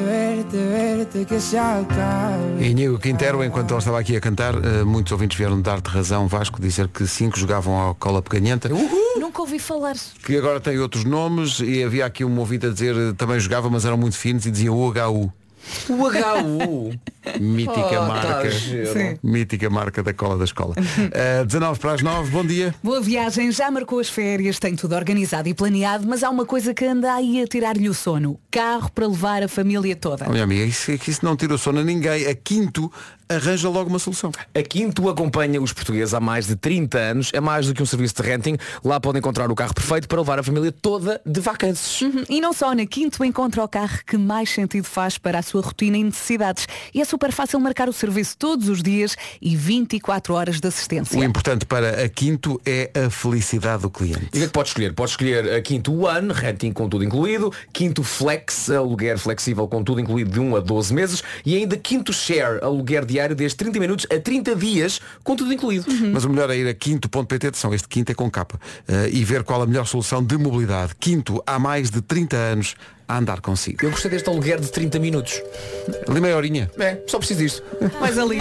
E Inigo Quintero, enquanto ele estava aqui a cantar, muitos ouvintes vieram dar-te razão, Vasco, dizer que 5 jogavam ao Cola Peganhenta. Nunca ouvi falar. Que agora tem outros nomes e havia aqui um ouvinte a dizer também jogava, mas eram muito finos e diziam UHU. O HU. Mítica marca. Mítica marca da cola da escola. 19 para as 9, bom dia. Boa viagem, já marcou as férias, tem tudo organizado e planeado, mas há uma coisa que anda aí a tirar-lhe o sono. Carro para levar a família toda. Minha amiga, isso não tira o sono a ninguém. A Quinto arranja logo uma solução. A Quinto acompanha os portugueses há mais de 30 anos. É mais do que um serviço de renting. Lá podem encontrar o carro perfeito para levar a família toda de vacances. E não só, na Quinto encontra o carro que mais sentido faz para a sua rotina e necessidades. E é super fácil marcar o serviço todos os dias e 24 horas de assistência. O importante para a Quinto é a felicidade do cliente. E o que é que pode escolher? Pode escolher a Quinto One, renting com tudo incluído, Quinto Flex, aluguer flexível com tudo incluído de 1 a 12 meses e ainda Quinto Share, aluguer diário desde 30 minutos a 30 dias com tudo incluído. Mas o melhor é ir a quinto.pt, atenção, este Quinto é com capa, e ver qual a melhor solução de mobilidade. Quinto, há mais de 30 anos a andar consigo. Eu gostei deste aluguer de 30 minutos. Ali meia horinha. É, só preciso disto. Mais ali.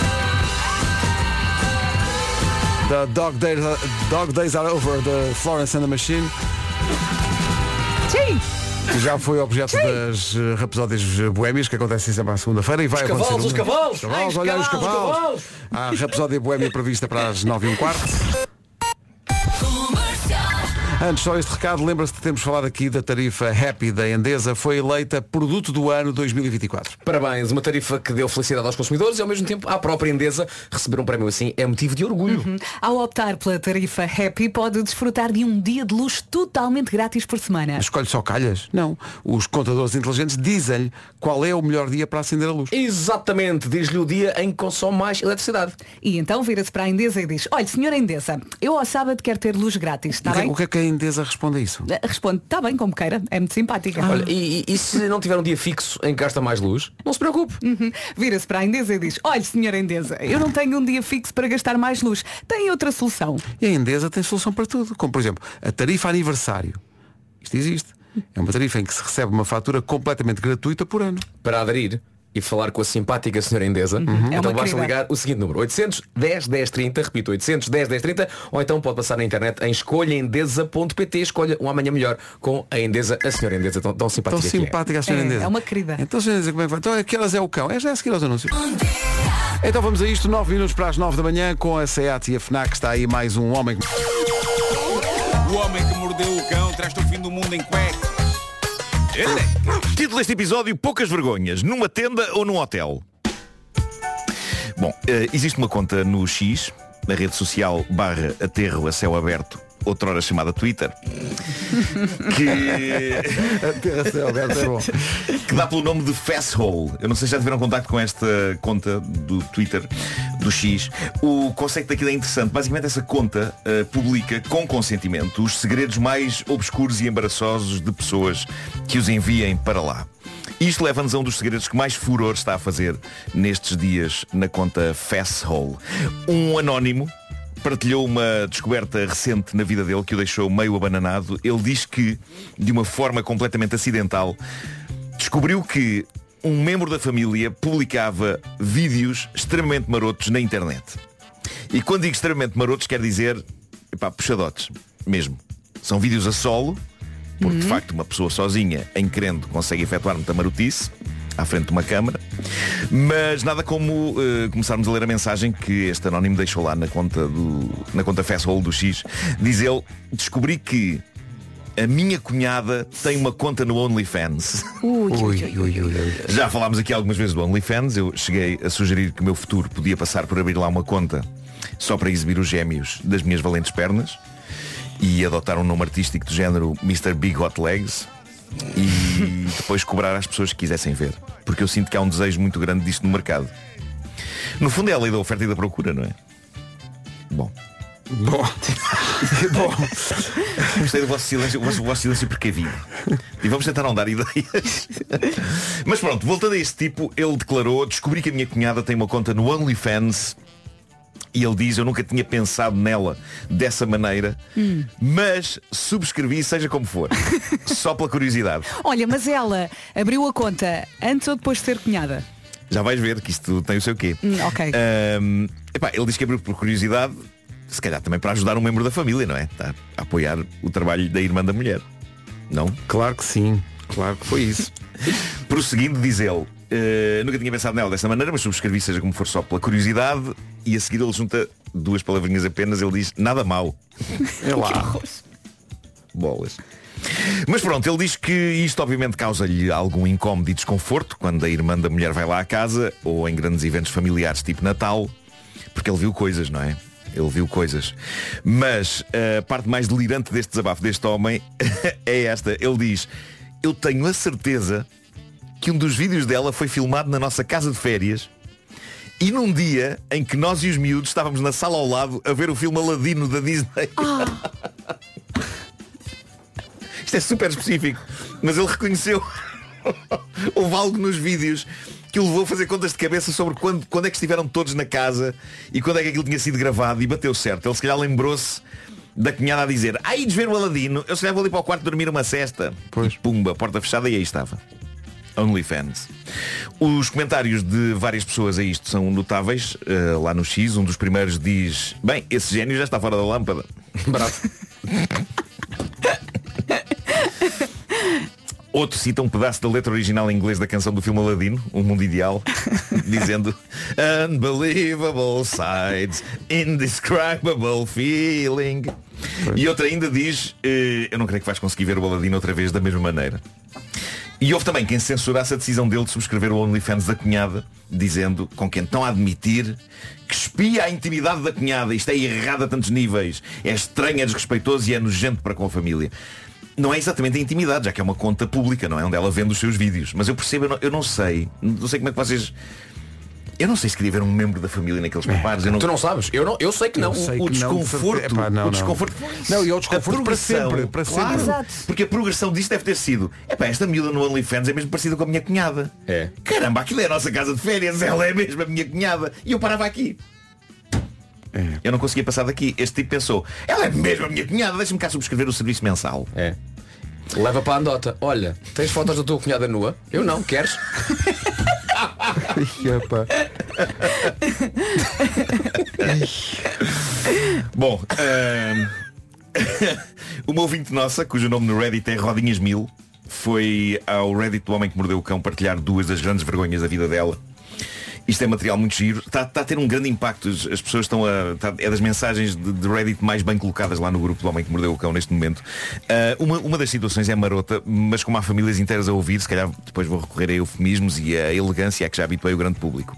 The Dog Days Are Over, the Florence and the Machine. Sim. Que já foi objeto das rapsódias boémias que acontecem sempre à segunda-feira e vai acontecer. Os cavalos! Olha os cavalos! Há a rapsódia boémia prevista para as 9h15. Antes só este recado, lembra-se de termos falado aqui da tarifa Happy da Endesa, foi eleita Produto do Ano 2024. Parabéns, uma tarifa que deu felicidade aos consumidores e ao mesmo tempo à própria Endesa. Receber um prémio assim é motivo de orgulho. Ao optar pela tarifa Happy, pode desfrutar de um dia de luz totalmente grátis por semana. Escolhe só calhas? Não. Os contadores inteligentes dizem-lhe qual é o melhor dia para acender a luz. Exatamente, diz-lhe o dia em que consome mais eletricidade. E então vira-se para a Endesa e diz: olha, senhora Endesa, eu ao sábado quero ter luz grátis, está bem? O que é que a Endesa responde a isso? Responde: está bem, como queira, é muito simpática. Olha, e se não tiver um dia fixo em que gasta mais luz, não se preocupe. Vira-se para a Endesa e diz: olha, senhora Endesa, eu não tenho um dia fixo para gastar mais luz, tem outra solução. E a Endesa tem solução para tudo, como por exemplo a tarifa aniversário. Isto existe. É uma tarifa em que se recebe uma fatura completamente gratuita por ano. Para aderir e falar com a simpática senhora Endesa, então basta ligar o seguinte número: 810 1030, repito, 810 1030, ou então pode passar na internet em escolhaendesa.pt. Escolha um amanhã melhor com a Endesa, a senhora Endesa tão simpática. Tão simpática a senhora Endesa. É uma querida. Então, senhora Endesa, como é que vai? Então, aquelas é o cão. É já a seguir aos anúncios. Então vamos a isto, 9 minutos para as 9 da manhã, com a SEAT e a FNAC. Está aí mais um homem. O homem que mordeu o cão traz-te o fim do mundo em cueca. Título deste episódio: poucas vergonhas, numa tenda ou num hotel. Bom, existe uma conta no X, na rede social /aterro a céu aberto, outrora chamada Twitter, que dá pelo nome de Fasshole. Eu não sei se já tiveram contacto com esta conta do Twitter, do X. O conceito daquilo é interessante. Basicamente essa conta publica com consentimento os segredos mais obscuros e embaraçosos de pessoas que os enviem para lá. Isto leva-nos a um dos segredos que mais furor está a fazer nestes dias na conta Fasshole. Um anónimo partilhou uma descoberta recente na vida dele que o deixou meio abananado. Ele diz que, de uma forma completamente acidental, descobriu que um membro da família publicava vídeos extremamente marotos na internet. E quando digo extremamente marotos, quer dizer, puxadotes mesmo. São vídeos a solo, porque de facto uma pessoa sozinha, em querendo, consegue efetuar muita marotice à frente de uma câmara. Mas nada como começarmos a ler a mensagem que este anónimo deixou lá na conta Fasshole do X. Diz ele: descobri que a minha cunhada tem uma conta no OnlyFans. Já falámos aqui algumas vezes do OnlyFans. Eu cheguei a sugerir que o meu futuro podia passar por abrir lá uma conta só para exibir os gêmeos das minhas valentes pernas e adotar um nome artístico do género Mr. Big Hot Legs e depois cobrar às pessoas que quisessem ver, porque eu sinto que há um desejo muito grande disto no mercado. No fundo é a lei da oferta e da procura, não é? Bom. Gostei do vosso silêncio precavido. E vamos tentar não dar ideias. Mas pronto, voltando a este tipo, ele declarou: descobri que a minha cunhada tem uma conta no OnlyFans. E ele diz: eu nunca tinha pensado nela dessa maneira, mas subscrevi, seja como for, só pela curiosidade. Olha, mas ela abriu a conta antes ou depois de ser cunhada? Já vais ver que isto tem o seu quê. Ok. Ele diz que abriu por curiosidade, se calhar também para ajudar um membro da família, não é? Está a apoiar o trabalho da irmã da mulher. Não? Claro que sim. Claro que foi isso. Prosseguindo, diz ele: nunca tinha pensado nela dessa maneira, mas subscrevi, seja como for, só pela curiosidade. E a seguir ele junta duas palavrinhas apenas. Ele diz: nada mal. É lá. Bolas. Mas pronto, ele diz que isto obviamente causa-lhe algum incómodo e desconforto quando a irmã da mulher vai lá à casa, ou em grandes eventos familiares tipo Natal, porque ele viu coisas, não é? Ele viu coisas. Mas a parte mais delirante deste desabafo deste homem é esta. Ele diz: eu tenho a certeza que um dos vídeos dela foi filmado na nossa casa de férias e num dia em que nós e os miúdos estávamos na sala ao lado a ver o filme Aladino da Disney. Isto é super específico, mas ele reconheceu. Houve algo nos vídeos que o levou a fazer contas de cabeça sobre quando é que estiveram todos na casa e quando é que aquilo tinha sido gravado, e bateu certo. Ele se calhar lembrou-se da cunhada a dizer: ai, desver o Aladino, eu se calhar vou ali para o quarto dormir uma cesta. Pois. E pumba, porta fechada, e aí estava. OnlyFans. Os comentários de várias pessoas a isto são notáveis. Lá no X, um dos primeiros diz: bem, esse gênio já está fora da lâmpada. Bravo. Outro cita um pedaço da letra original em inglês da canção do filme Aladino, Um Mundo Ideal, dizendo: unbelievable sights, indescribable feeling. E outra ainda diz, eu não creio que vais conseguir ver o Aladino outra vez da mesma maneira. E houve também quem censurasse a decisão dele de subscrever o OnlyFans da cunhada, dizendo, com quem estão a admitir, que espia a intimidade da cunhada. Isto é errado a tantos níveis. É estranho, é desrespeitoso e é nojento para com a família. Não é exatamente a intimidade, já que é uma conta pública, não é? Onde ela vende os seus vídeos. Mas eu percebo, eu não sei como é que vocês... Eu não sei se queria ver um membro da família naqueles preparos. Tu não sabes? Eu sei que não. O desconforto. Não, o desconforto. Não, e o desconforto para sempre. Para claro, sempre. porque a progressão disto deve ter sido. Esta miúda no OnlyFans é mesmo parecida com a minha cunhada. É. Caramba, aquilo é a nossa casa de férias, ela é mesmo a minha cunhada. E eu parava aqui. Eu não conseguia passar daqui. Este tipo pensou, ela é mesmo a minha cunhada, deixa-me cá subscrever o serviço mensal. É. Leva para a andota. Olha, tens fotos da tua cunhada nua? Eu não, queres? Bom, uma ouvinte nossa, cujo nome no Reddit é Rodinhas 1000, foi ao Reddit do Homem que Mordeu o Cão partilhar duas das grandes vergonhas da vida dela. Isto é material muito giro. Está a ter um grande impacto. As pessoas estão a... é das mensagens de Reddit mais bem colocadas lá no grupo do Homem que Mordeu o Cão neste momento. Uma das situações é marota, mas como há famílias inteiras a ouvir, se calhar depois vou recorrer a eufemismos e a elegância a que já habituei o grande público.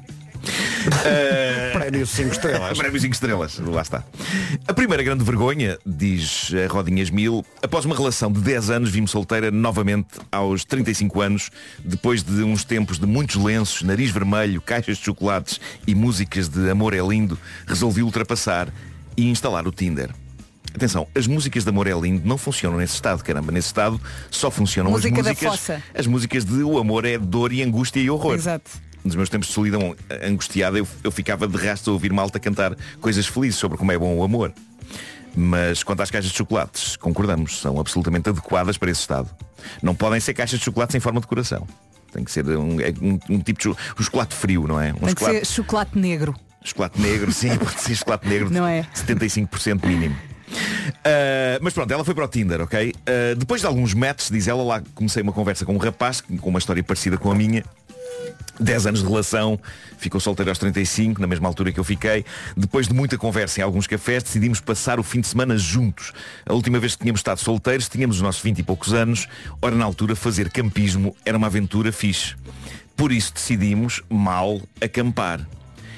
Prémios 5 estrelas. Prémios 5 estrelas, lá está. A primeira grande vergonha, diz a Rodinhas 1000, após uma relação de 10 anos vi-me solteira novamente aos 35 anos, depois de uns tempos de muitos lenços, nariz vermelho, caixas de chocolates e músicas de Amor é Lindo, resolvi ultrapassar e instalar o Tinder. Atenção, as músicas de Amor é Lindo não funcionam nesse estado, caramba. Nesse estado só funcionam as músicas de O Amor é Dor e Angústia e Horror. Exato. Nos meus tempos de solidão angustiada eu ficava de rastro a ouvir malta cantar coisas felizes sobre como é bom o amor. Mas quanto às caixas de chocolates, concordamos, são absolutamente adequadas para esse estado. Não podem ser caixas de chocolates em forma de coração. Tem que ser um tipo de um chocolate frio, não é? Tem que ser chocolate negro. Chocolate negro, sim, pode ser chocolate negro. Não é? 75% mínimo. Mas pronto, ela foi para o Tinder, ok? Depois de alguns matches, diz ela, lá comecei uma conversa com um rapaz com uma história parecida com a minha. 10 anos de relação, ficou solteiro aos 35, na mesma altura que eu fiquei. Depois de muita conversa em alguns cafés, decidimos passar o fim de semana juntos. A última vez que tínhamos estado solteiros, tínhamos os nossos 20 e poucos anos. Ora, na altura, fazer campismo era uma aventura fixe. Por isso decidimos, mal, acampar.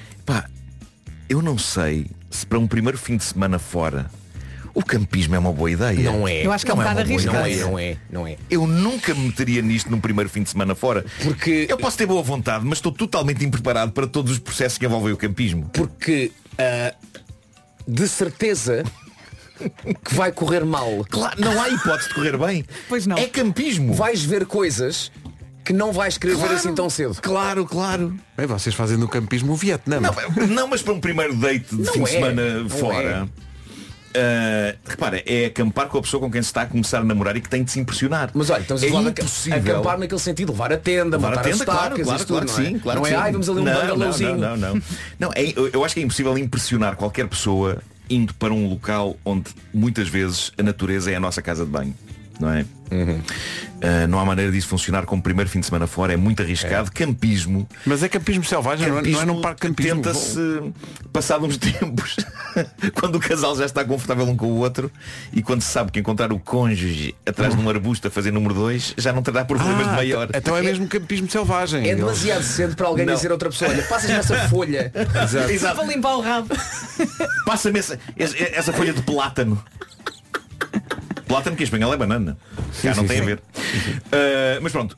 Eu não sei se para um primeiro fim de semana fora o campismo é uma boa ideia. Não é. Eu acho que é um bocado arriscado. Não é. Eu nunca me meteria nisto num primeiro fim de semana fora. Porque eu posso ter boa vontade, mas estou totalmente impreparado para todos os processos que envolvem o campismo. Porque de certeza que vai correr mal. Claro, não há hipótese de correr bem. Pois não. É campismo. Vais ver coisas que não vais querer ver assim tão cedo. Claro. Bem, vocês fazem no campismo o Vietnã. Não, mas para um primeiro date de fim de semana fora. Repara, é acampar com a pessoa com quem se está a começar a namorar e que tem de se impressionar. Mas olha, estamos a falar de acampar naquele sentido, levar a tenda, montar as estacas, claro que sim. Não é, vamos ali um bangalôzinho. Não, eu acho que é impossível impressionar qualquer pessoa indo para um local onde muitas vezes a natureza é a nossa casa de banho. Não é? Não há maneira disso funcionar como primeiro fim de semana fora, é muito arriscado. Campismo. Mas é campismo selvagem, não é num parque campismo. Tenta-se, passado uns tempos, quando o casal já está confortável um com o outro e quando se sabe que encontrar o cônjuge atrás de um arbusto a fazer número 2 já não terá problemas de maior. Então é mesmo campismo selvagem. É demasiado cedo para alguém dizer a outra pessoa, olha, passas-me essa folha. Exato. Para limpar o rabo. Passa-me essa folha de plátano. Plátano que em espanhol é banana. Já não tem a ver. Mas pronto,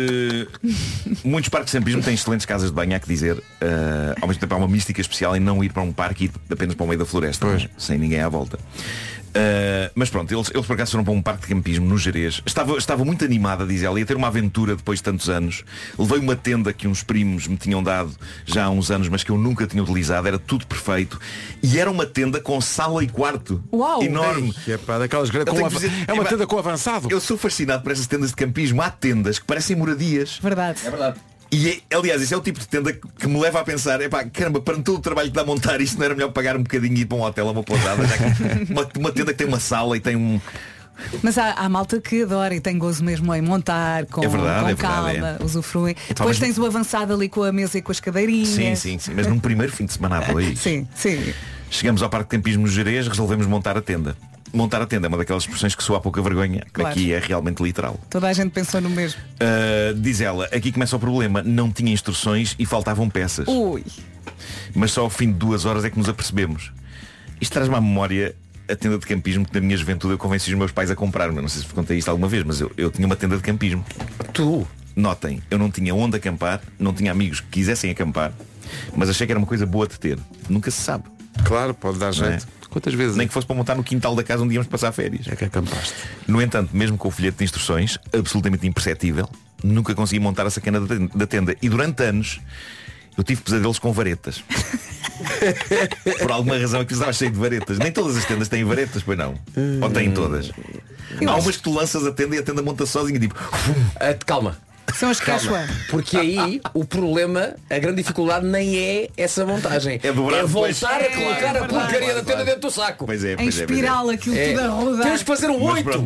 muitos parques de campismo têm excelentes casas de banho, há que dizer. Ao mesmo tempo há uma mística especial em não ir para um parque e ir apenas para o meio da floresta, sem ninguém à volta. Mas pronto, eles por acaso foram para um parque de campismo no Gerês. Estava muito animada, diz ela, ia ter uma aventura depois de tantos anos. Levei uma tenda que uns primos me tinham dado já há uns anos, mas que eu nunca tinha utilizado. Era tudo perfeito. E era uma tenda com sala e quarto. Uau, enorme. Daquelas grandes. É uma tenda com avançado. Eu sou fascinado por essas tendas de campismo. Há tendas que parecem moradias. Verdade. É verdade. E, aliás, isso é o tipo de tenda que me leva a pensar, caramba, para todo o trabalho que dá a montar isto, não era melhor pagar um bocadinho e ir para um hotel, uma pousada, já que uma tenda que tem uma sala e tem um... Mas há malta que adora e tem gozo mesmo em montar, com calma, usufruem. Depois tens o avançado ali com a mesa e com as cadeirinhas. Sim, mas num primeiro fim de semana há dois. Sim. Chegamos ao parque de campismo no Gerês, resolvemos montar a tenda. montar a tenda. É uma daquelas expressões que soa a pouca vergonha. Claro. Aqui é realmente literal. Toda a gente pensou no mesmo. Diz ela, aqui começa o problema. Não tinha instruções e faltavam peças. Ui. Mas só ao fim de 2 horas é que nos apercebemos. Isto traz-me à memória a tenda de campismo que na minha juventude eu convenci os meus pais a comprar. Não sei se vos contei isto alguma vez, mas eu tinha uma tenda de campismo. Tu? Notem, eu não tinha onde acampar, não tinha amigos que quisessem acampar, mas achei que era uma coisa boa de ter. Nunca se sabe. Claro, pode dar jeito. Quantas vezes? Nem que fosse para montar no quintal da casa onde íamos passar férias. É que acampaste. No entanto, mesmo com o folheto de instruções, absolutamente imperceptível, nunca consegui montar a sacana da tenda. E durante anos eu tive pesadelos com varetas. Por alguma razão é que estava cheio de varetas. Nem todas as tendas têm varetas, pois não? Ou têm todas? Há umas que tu lanças a tenda e a tenda monta sozinha, tipo... Calma. São as Calma, porque aí o problema, a grande dificuldade nem é essa montagem. É dobrar voltar a colocar a porcaria da tenda dentro do saco. Pois é, Em espiral aquilo tudo a rodar. Tens de fazer um 8.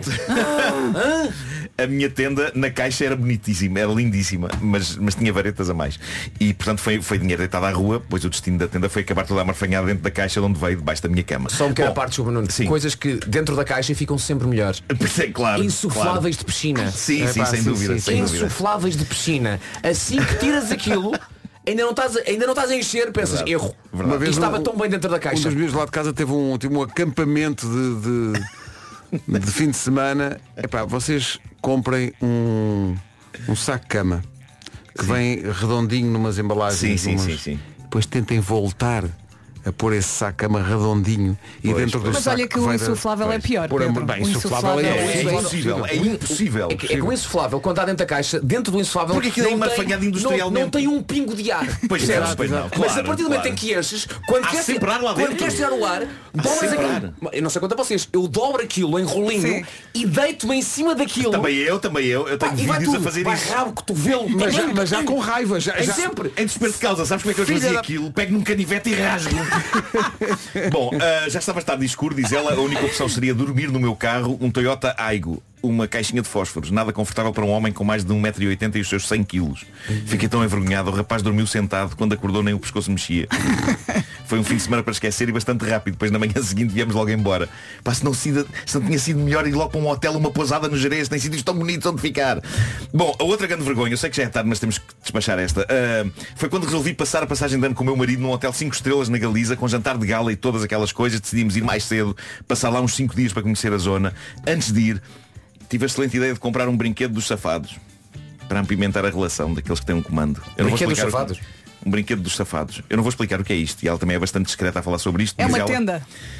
A minha tenda na caixa era bonitíssima, era lindíssima, mas tinha varetas a mais. E portanto foi dinheiro deitado à rua, pois o destino da tenda foi acabar toda amarfanhada dentro da caixa de onde veio, debaixo da minha cama. Só um bocadinho a parte sobre Nuno. Coisas que dentro da caixa ficam sempre melhores. É claro. Insufláveis de piscina. Sim, sem dúvida. Insufláveis de piscina. Assim que tiras aquilo, ainda não estás a encher, pensas, erro. Uma vez estava tão bem dentro da caixa. Um dos meus lá de casa teve um acampamento de fim de semana. Epá, vocês comprem um saco-cama que vem redondinho numas embalagens. Sim. Depois tentem voltar a pôr esse saco-cama redondinho e dentro do Mas saco. olha que o insuflável é pior. Bem, insuflável é impossível. É que o insuflável, quando está dentro da caixa, dentro do insuflável, porque aquilo é amarfanhado industrialmente. Não tem um pingo de ar. Pois não, mas a partir do momento em que enches, quando queres tirar o ar, dobras aquilo. Eu não sei quanto a vocês, eu dobro aquilo em rolinho e deito-me em cima daquilo. Também eu. Eu tenho vídeos a fazer isso. Vai rabo, cotovelo. Mas já com raiva. Sempre. Em desespero de causa, sabes como é que eu fazia aquilo? Pego num canivete e rasgo. Bom, já estava tarde e escuro, diz ela. A única opção seria dormir no meu carro um Toyota Aygo, uma caixinha de fósforos, nada confortável para um homem com mais de 1,80 m e os seus 100 kg. Fiquei tão envergonhado, o rapaz dormiu sentado, quando acordou nem o pescoço mexia. Foi um fim de semana para esquecer e bastante rápido. Depois na manhã seguinte viemos logo embora. Pá, se não tinha sido melhor ir logo para um hotel, uma pousada no Jerez, tem sítios tão bonitos onde ficar. Bom, a outra grande vergonha, eu sei que já é tarde, mas temos que despachar esta, foi quando resolvi passar a passagem de ano com o meu marido num hotel 5 estrelas na Galiza, com jantar de gala e todas aquelas coisas. Decidimos ir mais cedo, passar lá uns 5 dias para conhecer a zona. Antes de ir, tive a excelente ideia de comprar um brinquedo dos safados para apimentar a relação daqueles que têm um comando. Brinquedo dos safados? Um brinquedo dos safados. Eu não vou explicar o que é isto. E ela também é bastante discreta a falar sobre isto. É uma tenda.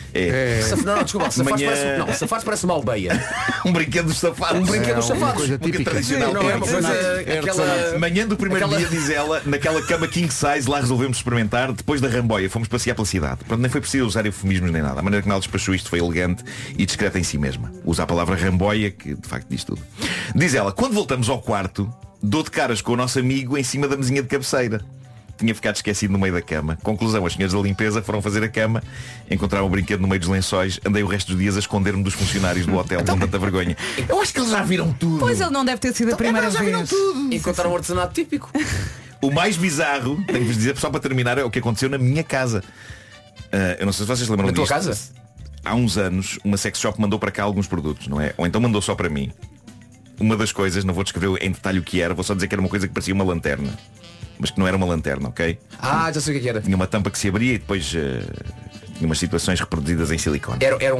Não, desculpa, safados parece uma aldeia. Um brinquedo dos safados. Um brinquedo dos safados. Coisa típica. Tradicional. Não é uma coisa. Manhã do primeiro dia, diz ela, naquela cama king size, lá resolvemos experimentar. Depois da ramboia, fomos passear pela cidade. Pronto, nem foi preciso usar eufemismos nem nada. A maneira como ela despachou isto foi elegante e discreta em si mesma. Usa a palavra ramboia, que de facto diz tudo. Diz ela, quando voltamos ao quarto, dou de caras com o nosso amigo em cima da mesinha de cabeceira. Tinha ficado esquecido no meio da cama. Conclusão, as senhoras da limpeza foram fazer a cama, encontraram o brinquedo no meio dos lençóis. Andei o resto dos dias a esconder-me dos funcionários do hotel com tanta vergonha. Eu acho que eles já viram tudo. Pois ele não deve ter sido a primeira vez. Viram tudo. Encontraram um artesanato típico. O mais bizarro, tenho que vos dizer, só para terminar, é o que aconteceu na minha casa. Eu não sei se vocês lembram disto. Na tua casa? Há uns anos, uma sex shop mandou para cá alguns produtos, não é? Ou então mandou só para mim. Uma das coisas, não vou descrever em detalhe o que era, vou só dizer que era uma coisa que parecia uma lanterna. Mas que não era uma lanterna, ok? Já sei o que era. Tinha uma tampa que se abria e depois tinha umas situações reproduzidas em silicone.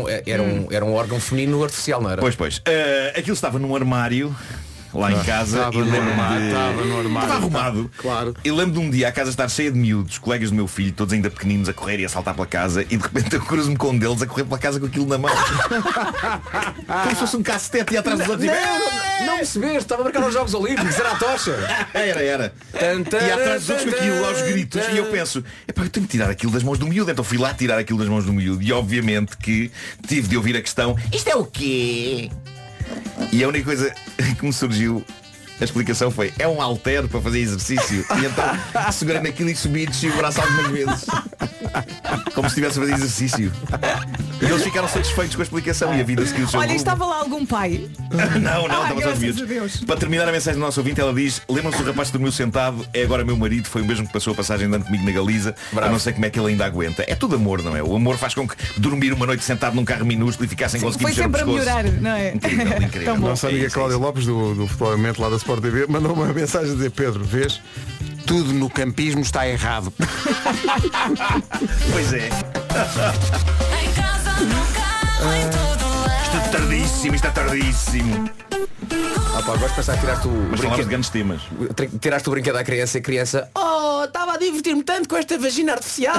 Era um órgão feminino artificial, não era? Pois. Aquilo estava num armário lá em casa. Estava no armário. Estava arrumado. Claro. Eu lembro de um dia a casa estar cheia de miúdos, colegas do meu filho, todos ainda pequeninos, a correr e a saltar pela casa, e de repente eu cruzo-me com um deles a correr pela casa com aquilo na mão. Como se fosse um cacetete e atrás dos outros. Não percebeste, estava a marcar os Jogos Olímpicos, era a tocha. Era. E atrás dos outros com aquilo, aos gritos. E eu penso, eu tenho que tirar aquilo das mãos do miúdo. Então fui lá tirar aquilo das mãos do miúdo. E obviamente que tive de ouvir a questão, isto é o quê? E a única coisa que me surgiu, a explicação foi, é um halter para fazer exercício. E então segurei naquilo e subi e desci o braço algumas vezes, como se estivesse a fazer exercício. E eles ficaram satisfeitos com a explicação e a vida seguiu o seu Olha, rumo. estava lá algum pai? Não, estava só os graças miúdos. a Deus. Para terminar a mensagem do nosso ouvinte, ela diz: lembram-se do rapaz que dormiu sentado, é agora meu marido, foi o mesmo que passou a passagem de ano comigo na Galiza. Eu não sei como é que ele ainda aguenta. É tudo amor, não é? O amor faz com que dormir uma noite sentado num carro minúsculo e ficar sem conseguir Foi mexer o sempre a pescoço. melhorar, não é? Incrível. A nossa amiga Cláudia Lopes, do Futebol lá da Sport TV, mandou uma mensagem a dizer: Pedro, vês? Tudo no campismo está errado. Pois é. Isto é tardíssimo, isto é tardíssimo. Pá, gosto de pensar que tiraste o Mas falamos de grandes temas. Tiraste o brinquedo à criança e a criança: oh, estava a divertir-me tanto com esta vagina artificial.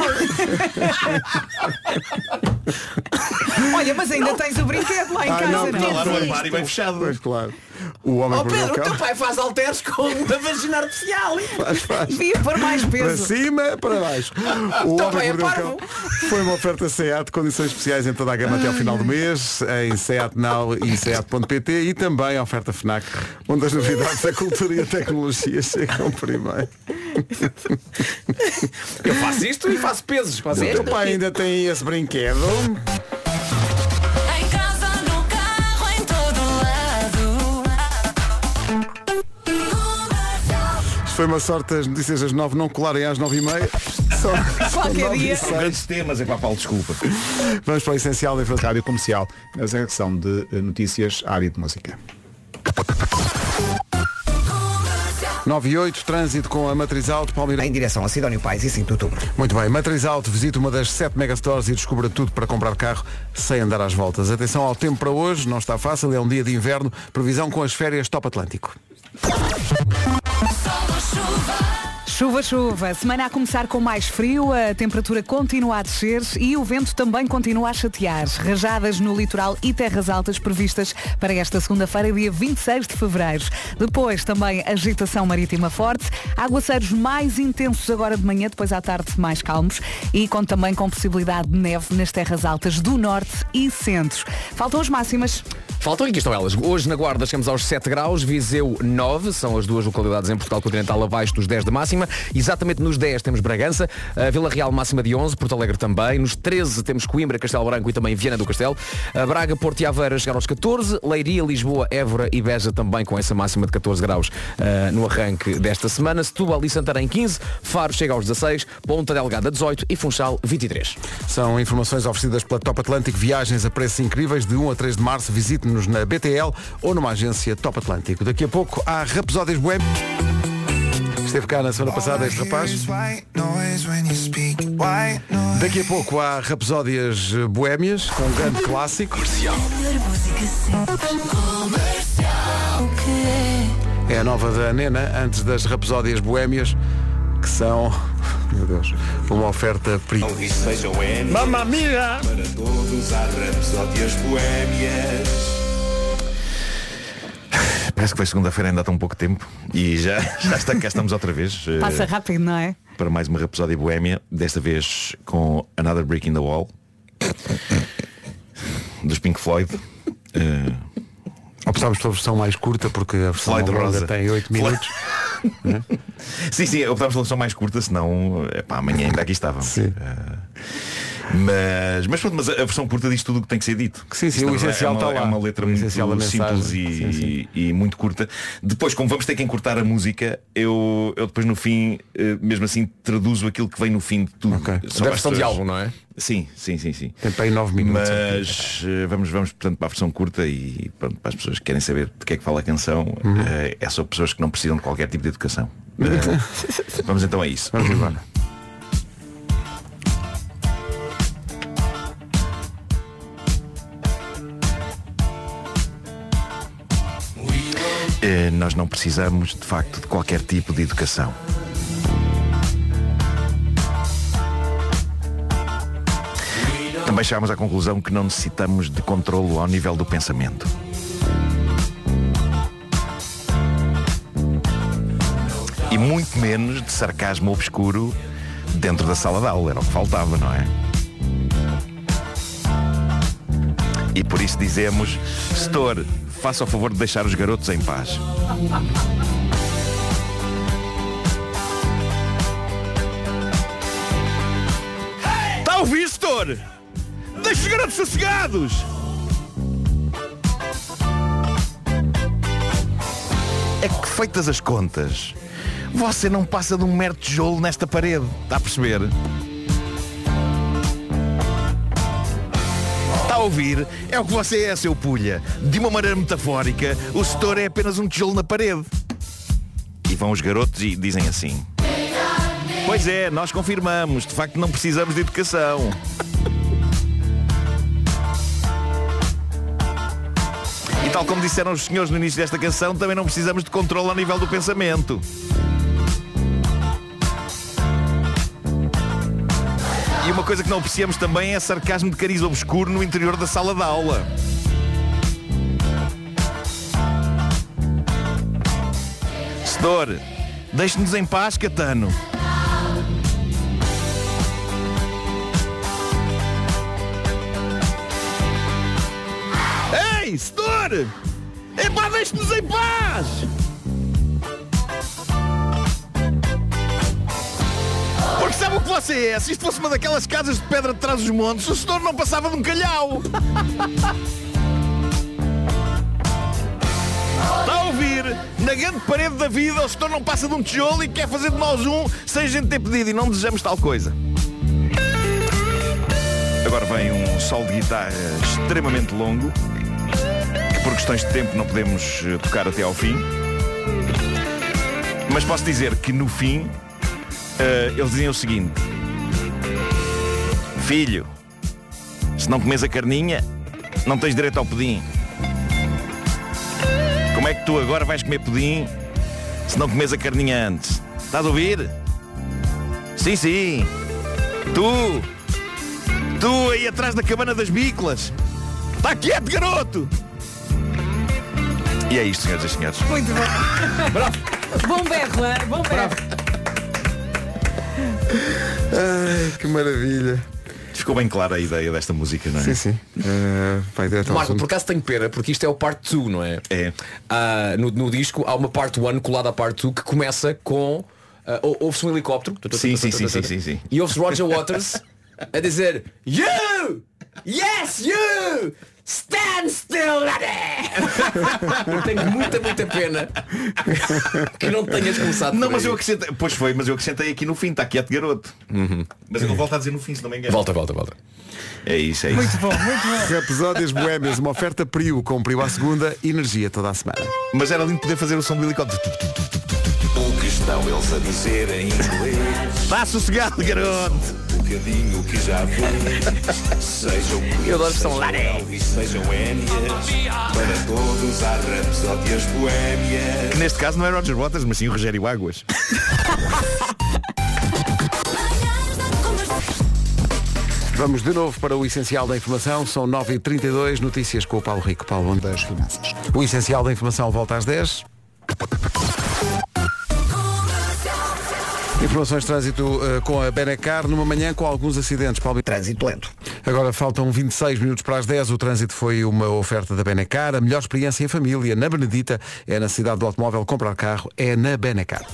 Olha, mas ainda tens o brinquedo lá em casa, não? Está lá no armário bem fechado. Pois claro. O homem Oh mordeu Pedro, o o teu cão. pai faz halteres com uma vagina artificial. Faz. Devia pôr mais Para peso. cima, para baixo. O Teu homem pai é mordeu o parvo. cão foi uma oferta SEAT, condições especiais em toda a gama até ao final do mês, em SEAT Now e SEAT.pt, e também a oferta FNAC, onde as novidades da cultura e a tecnologia chegam primeiro. Eu faço isto e faço pesos. O teu pai ainda tem esse brinquedo? Em casa, no carro, em todo lado. Isto foi uma sorte as notícias das 9 não colarem às 9h30. Qualquer dia. São grandes temas, é para Paulo, desculpa. Vamos para o essencial da informação. Rádio Comercial, na secção de notícias, área de música. 9 e 8, trânsito com a Matriz Auto, Palmeiras. Em direção a Sidónio Pais e 5 de outubro. Muito bem, Matriz Auto, visita uma das 7 megastores e descubra tudo para comprar carro sem andar às voltas. Atenção ao tempo para hoje, não está fácil, é um dia de inverno, previsão com as férias Top Atlântico. Chuva, chuva. Semana a começar com mais frio, a temperatura continua a descer e o vento também continua a chatear. Rajadas no litoral e terras altas previstas para esta segunda-feira, dia 26 de fevereiro. Depois também agitação marítima forte, aguaceiros mais intensos agora de manhã, depois à tarde mais calmos e também com possibilidade de neve nas terras altas do norte e centro. Faltam as máximas. Faltam, e aqui estão elas. Hoje na Guarda chegamos aos 7 graus, Viseu 9, são as duas localidades em Portugal Continental abaixo dos 10 de máxima. Exatamente nos 10 temos Bragança, a Vila Real máxima de 11, Porto Alegre também. Nos 13 temos Coimbra, Castelo Branco e também Viana do Castelo. A Braga, Porto e Aveiro chegaram aos 14, Leiria, Lisboa, Évora e Beja também com essa máxima de 14 graus no arranque desta semana. Setúbal e Santarém 15, Faro chega aos 16, Ponta Delgada 18 e Funchal 23. São informações oferecidas pela Top Atlântico, viagens a preços incríveis de 1 a 3 de março. Visite-nos na BTL ou numa agência Top Atlântico. Daqui a pouco há Rapsódios Boêmios. Esteve cá na semana passada este rapaz. Daqui a pouco há Rapsódias Boémias, com um grande clássico. É a nova da Nena, antes das Rapsódias Boémias, que são, meu Deus, uma oferta Mamma mia! Para todos há Rapsódias Boémias. Parece que foi segunda-feira, ainda há tão pouco tempo e já cá estamos outra vez. Passa rápido, não é? Para mais uma Rapsódia Boémia, desta vez com Another Brick in the Wall dos Pink Floyd. Optámos pela versão mais curta porque a versão Floyd longa Rosa tem 8 minutos. Sim, optámos pela versão mais curta, senão amanhã ainda aqui estávamos. Mas pronto, mas a versão curta diz tudo o que tem que ser dito. Sim, o essencial está lá. É uma letra muito simples e muito curta. Depois, como vamos ter que encurtar a música, eu depois no fim, mesmo assim, traduzo aquilo que vem no fim de tudo. Da versão de álbum, não é? Sim. Tem para aí 9 minutos. Mas vamos portanto para a versão curta e pronto, para as pessoas que querem saber de que é que fala a canção, é só pessoas que não precisam de qualquer tipo de educação. Vamos então a isso. Vamos embora. Nós não precisamos, de facto, de qualquer tipo de educação. Também chegámos à conclusão que não necessitamos de controlo ao nível do pensamento. E muito menos de sarcasmo obscuro dentro da sala de aula. Era o que faltava, não é? E por isso dizemos, Setor, faça o favor de deixar os garotos em paz. Está a ouvir, Setor? Deixa os garotos sossegados! É que, feitas as contas, você não passa de um mero tijolo nesta parede. Está a perceber? Está a ouvir? É o que você é, seu pulha. De uma maneira metafórica, o setor é apenas um tijolo na parede. E vão os garotos e dizem assim: pois é, nós confirmamos. De facto não precisamos de educação. E tal como disseram os senhores no início desta canção, também não precisamos de controle ao nível do pensamento. E uma coisa que não apreciamos também é sarcasmo de cariz obscuro no interior da sala de aula. Setor, deixe-nos em paz, Catano. Ei, setor! Epá, deixe-nos em paz! Porque sabe o que você é? Se isto fosse uma daquelas casas de pedra de trás dos montes, o setor não passava de um calhau. Está a ouvir? Na grande parede da vida, o setor não passa de um tijolo e quer fazer de nós um sem a gente ter pedido, e não desejamos tal coisa. Agora vem um solo de guitarra extremamente longo, que por questões de tempo não podemos tocar até ao fim. Mas posso dizer que no fim eles diziam o seguinte: filho, se não comes a carninha, não tens direito ao pudim. Como é que tu agora vais comer pudim se não comes a carninha antes? Estás a ouvir? Sim, sim. Tu aí atrás da cabana das biclas. Está quieto, garoto! E é isto, senhoras e senhores. Muito bom. Bravo. Bom berro, hein? Bom berro. Ai, que maravilha. Ficou bem clara a ideia desta música, não é? Sim, sim. Vai direto ao Marco, assunto. por acaso tenho pena, porque isto é o part 2, não é? É. No disco há uma part 1 colada à part 2 que começa com ouve-se um helicóptero. Sim. E ouve-se Roger Waters a dizer: You! Yes, you! Stand still, laddie! Eu tenho muita pena que não tenhas começado. Não, mas eu acrescentei. Pois foi, mas eu acrescentei aqui no fim, está quieto, garoto. Mas eu não volto a dizer no fim, se não me engano. Volta. É isso. Muito bom, muito bom. Episódios boémios, uma oferta Priu, com Priu à segunda, energia toda a semana. Mas era lindo poder fazer o som do helicóptero. O que estão eles a dizer em inglês? Está sossegado, garoto. Um bocadinho que já foi. Sejam Eu adoro que são lá. sejam énias. Para todos há rapsódias boémias. Que neste caso não é Roger Waters, mas sim o Rogério Águas. Vamos de novo para o Essencial da Informação. São 9h32, notícias com o Paulo Rico. Paulo, onde das finanças. O Essencial da Informação volta às 10. Informações de trânsito com a Benacar numa manhã com alguns acidentes. Paulo... Trânsito lento. Agora faltam 26 minutos para as 10. O trânsito foi uma oferta da Benacar. A melhor experiência em família na Benedita é na cidade do automóvel. Comprar carro é na Benacar.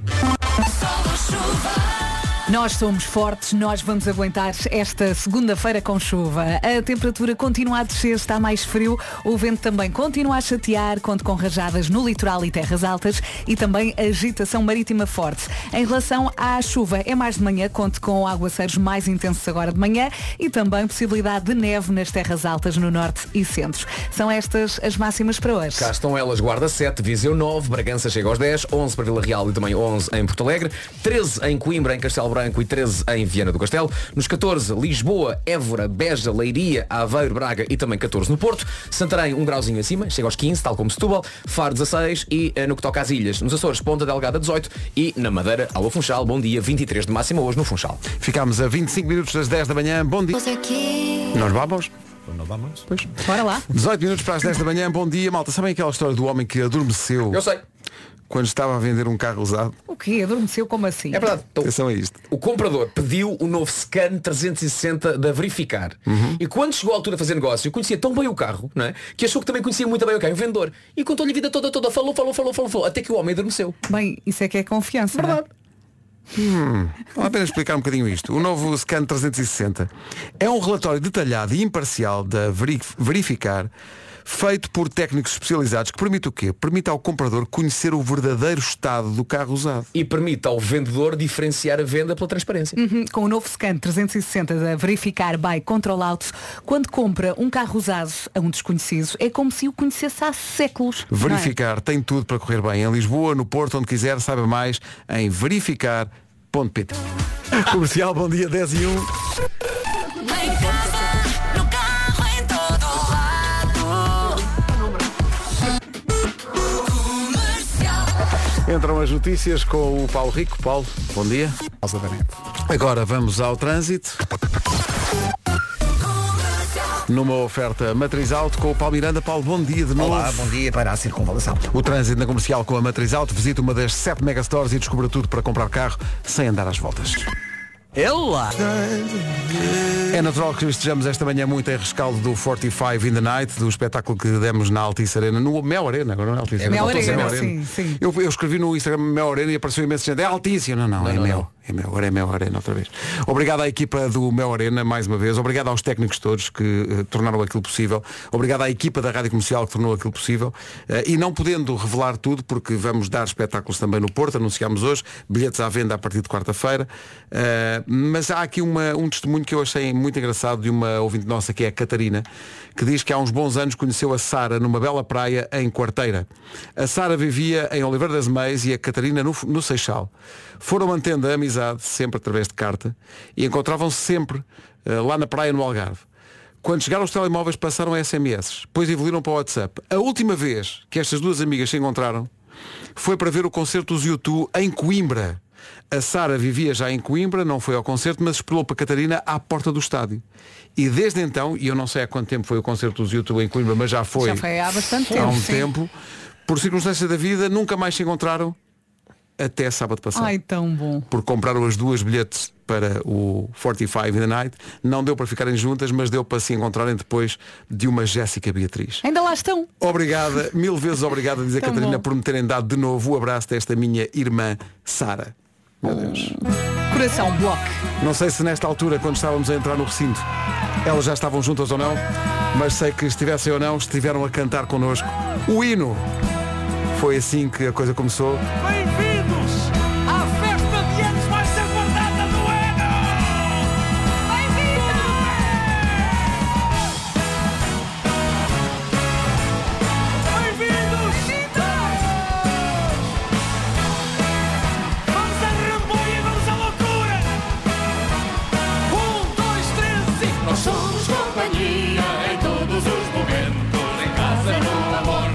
Nós somos fortes, nós vamos aguentar esta segunda-feira com chuva. A temperatura continua a descer, está mais frio, o vento também continua a chatear, conto com rajadas no litoral e terras altas e também agitação marítima forte. Em relação à chuva, é mais de manhã, conto com aguaceiros mais intensos agora de manhã e também possibilidade de neve nas terras altas no norte e centro. São estas as máximas para hoje. Cá estão elas: Guarda 7, Viseu 9, Bragança chega aos 10, 11 para Vila Real e também 11 em Porto Alegre, 13 em Coimbra, em Castelo Branco e 13 em Viana do Castelo. Nos 14, Lisboa, Évora, Beja, Leiria, Aveiro, Braga e também 14 no Porto. Santarém, um grauzinho acima, chega aos 15, tal como Setúbal. Faro 16 e no que toca às ilhas, nos Açores, Ponta Delgada 18 e na Madeira, Alô Funchal, bom dia, 23 de máxima hoje no Funchal. Ficámos a 25 minutos das 10 da manhã. Bom dia. Nós vamos? Não vamos? Pois. Bora lá. 18 minutos para as 10 da manhã. Bom dia, malta. Sabem aquela história do homem que adormeceu? Eu sei. Quando estava a vender um carro usado? O quê? Adormeceu como assim? É verdade. Então, atenção a isto. O comprador pediu o novo Scan 360 da Verificar. E quando chegou à altura de fazer negócio, conhecia tão bem o carro, não é? Que achou que também conhecia muito bem o carro, o vendedor. E contou-lhe a vida toda, falou, até que o homem adormeceu. Bem, isso é que é confiança. Verdade. Vale a pena explicar um bocadinho isto. O novo Scan 360 é um relatório detalhado e imparcial da Verificar, feito por técnicos especializados, que permite o quê? Permite ao comprador conhecer o verdadeiro estado do carro usado. E permite ao vendedor diferenciar a venda pela transparência. Com o novo Scan 360 da Verificar by Control Auto, quando compra um carro usado a um desconhecido, é como se o conhecesse há séculos. Verificar tem tudo para correr bem. Em Lisboa, no Porto, onde quiser, saiba mais em verificar.pt. Comercial, bom dia, 10:01. Entram as notícias com o Paulo Rico. Paulo, bom dia. Agora vamos ao trânsito. Numa oferta Matriz Auto com o Paulo Miranda. Paulo, bom dia de novo. Olá, bom dia para a circunvalação. O trânsito na comercial com a Matriz Auto. Visita uma das 7 megastores e descubra tudo para comprar carro sem andar às voltas. É natural que estejamos esta manhã muito em rescaldo do 45 in the Night, do espetáculo que demos na Altice Arena, no Mel Arena, agora não é Altice Arena. Mel Arena, sim. Eu escrevi no Instagram Mel Arena e apareceu imenso gente. É Altice, não, é Mel. É Mel, agora é Mel Arena outra vez. Obrigado à equipa do Mel Arena, mais uma vez. Obrigado aos técnicos todos que tornaram aquilo possível. Obrigado à equipa da Rádio Comercial que tornou aquilo possível. E não podendo revelar tudo, porque vamos dar espetáculos também no Porto, anunciámos hoje, bilhetes à venda a partir de quarta-feira. Mas há aqui um testemunho que eu achei muito engraçado de uma ouvinte nossa, que é a Catarina, que diz que há uns bons anos conheceu a Sara numa bela praia em Quarteira. A Sara vivia em Oliveira das Meias e a Catarina no Seixal. Foram mantendo a amizade, sempre através de carta, e encontravam-se sempre lá na praia no Algarve. Quando chegaram os telemóveis passaram a SMS, depois evoluíram para o WhatsApp. A última vez que estas duas amigas se encontraram foi para ver o concerto dos U2 em Coimbra. A Sara vivia já em Coimbra, não foi ao concerto, mas esperou para Catarina à porta do estádio. E desde então, e eu não sei há quanto tempo foi o concerto dos U2 em Coimbra, mas já foi há bastante tempo. Há um tempo, por circunstâncias da vida, nunca mais se encontraram até sábado passado. Ai, tão bom. Porque compraram as duas bilhetes para o 45 in the Night. Não deu para ficarem juntas, mas deu para se encontrarem depois de uma Jéssica Beatriz. Ainda lá estão. Obrigada, 1000 vezes obrigada, diz a Tão Catarina, bom. por me terem dado de novo o abraço desta minha irmã Sara. Meu Deus. Coração bloco. Não sei se nesta altura, quando estávamos a entrar no recinto, elas já estavam juntas ou não, mas sei que estivessem ou não, estiveram a cantar connosco o hino. Foi assim que a coisa começou. Bem-vindos à festa de anos mais aguardada do ano! Bem-vindos! Bem-vindos! Vamos à ramboia, vamos à loucura! 1, 2, 3 e... Nós somos companhia em todos os momentos, em casa, no amor.